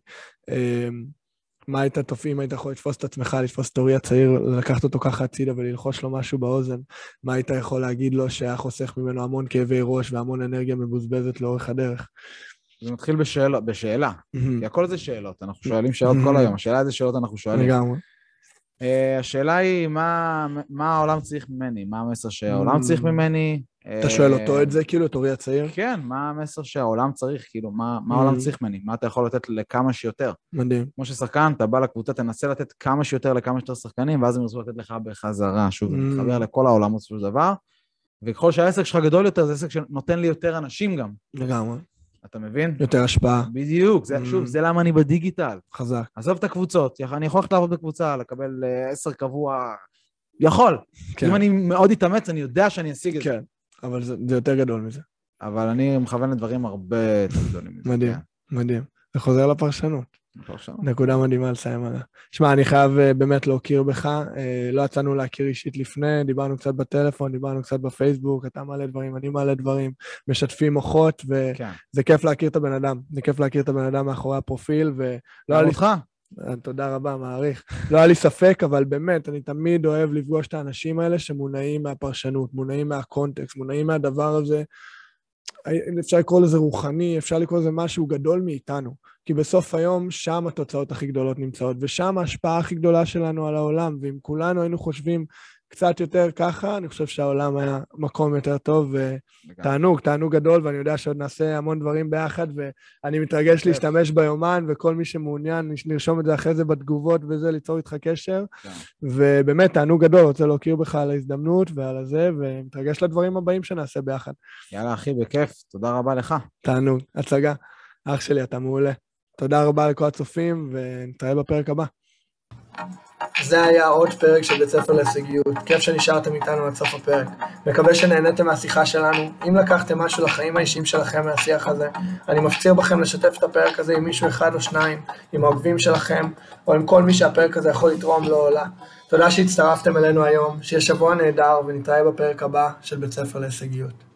מה היית תופעים, היית יכול לתפוס את עצמך, לתפוס את אורי הצעיר, לקחת אותו ככה הצידה וללחוש לו משהו באוזן, מה היית יכול להגיד לו שהיה חוסך ממנו המון כאבי ראש והמון אנרגיה מבוזבזת לאורך הדרך? זה מתחיל בשאלה, כי הכל זה שאלות, אנחנו שואלים שאלות כל היום, השאלה איזה שאלות אנחנו שואלים. לגמרי. השאלה היא, מה העולם צריך ממני? מה המסר שהעולם צריך ממני? אתה שואל אותו את זה, כאילו, את אורי הצעיר? כן, מה המסר שהעולם צריך? כאילו, מה העולם צריך ממני? מה אתה יכול לתת לכמה שיותר? מדהים. כמו ששחקן, אתה בא לקבוצה, תנסה לתת כמה שיותר לכמה שיותר שחקנים, ואז הם ירצו לתת לך בחזרה. שוב, זה מתחבר לכל העולם בסופו של דבר, וככל שהעסק שלך גדול יותר, זה עסק שנותן לי יותר אנשים גם. לגמרי. אתה מבין? יותר השפעה. בדיוק, שוב, זה למה אני בדיגיטל. חזק. עזוב את הקבוצות, אני יכול לעבוד בקבוצה, לקבל 10 קבוע, יכול. אם אני מאוד אתאמץ, אני יודע שאני אשיג את זה. כן, אבל זה יותר גדול מזה. אבל אני מכוון לדברים הרבה יותר גדולים מזה. מדהים, מדהים. זה חוזר לפרשנות. נקודה מדהימה לסיים עליה. שמע, אני חייב באמת להכיר בך, לא יצאנו להכיר אישית לפני, דיברנו קצת בטלפון, דיברנו קצת בפייסבוק, אתה מעלה דברים, אני מעלה דברים, משתפים מוחות, וזה כיף להכיר את הבן אדם, זה כיף להכיר את הבן אדם מאחורי הפרופיל, ולא היה לי... תודה רבה, מעריך. לא היה לי ספק, אבל באמת, אני תמיד אוהב לפגוש את האנשים האלה שמונעים מהפרשנות, מונעים מהקונטקסט, מונעים מהדבר הזה, אפשר לקרוא לזה רוחני, אפשר לקרוא לזה משהו גדול מאיתנו, כי בסוף היום שם התוצאות הכי גדולות נמצאות, ושם ההשפעה הכי גדולה שלנו על העולם, ואם כולנו היינו חושבים קצת יותר ככה, אני חושב שהעולם היה מקום יותר טוב, ותענוג, תענוג גדול, ואני יודע שעוד נעשה המון דברים ביחד, ואני מתרגש להשתמש ביומן, וכל מי שמעוניין, נרשום את זה אחרי זה בתגובות, וזה ליצור איתך קשר, ובאמת, תענוג גדול, רוצה להכיר בך על ההזדמנות ועל הזה, ומתרגש לדברים הבאים שנעשה ביחד. יאללה, אחי, בכיף, תודה רבה לך. תענוג, הצגה. אח שלי, אתה מעולה. תודה רבה לכל הצופים, ונתראה בפרק הבא. זה היה עוד פרק של בית ספר להישגיות. כיף שנשארתם איתנו עד סוף הפרק. מקווה שנהנתם מהשיחה שלנו. אם לקחתם משהו לחיים האישיים שלכם מהשיח הזה, אני מפציר בכם לשתף את הפרק הזה עם מישהו אחד או שניים, עם העוקבים שלכם, או עם כל מי שהפרק הזה יכול לתרום לו או לה. תודה שהצטרפתם אלינו היום, שיהיה שבוע נהדר, ונתראה בפרק הבא של בית ספר להישגיות.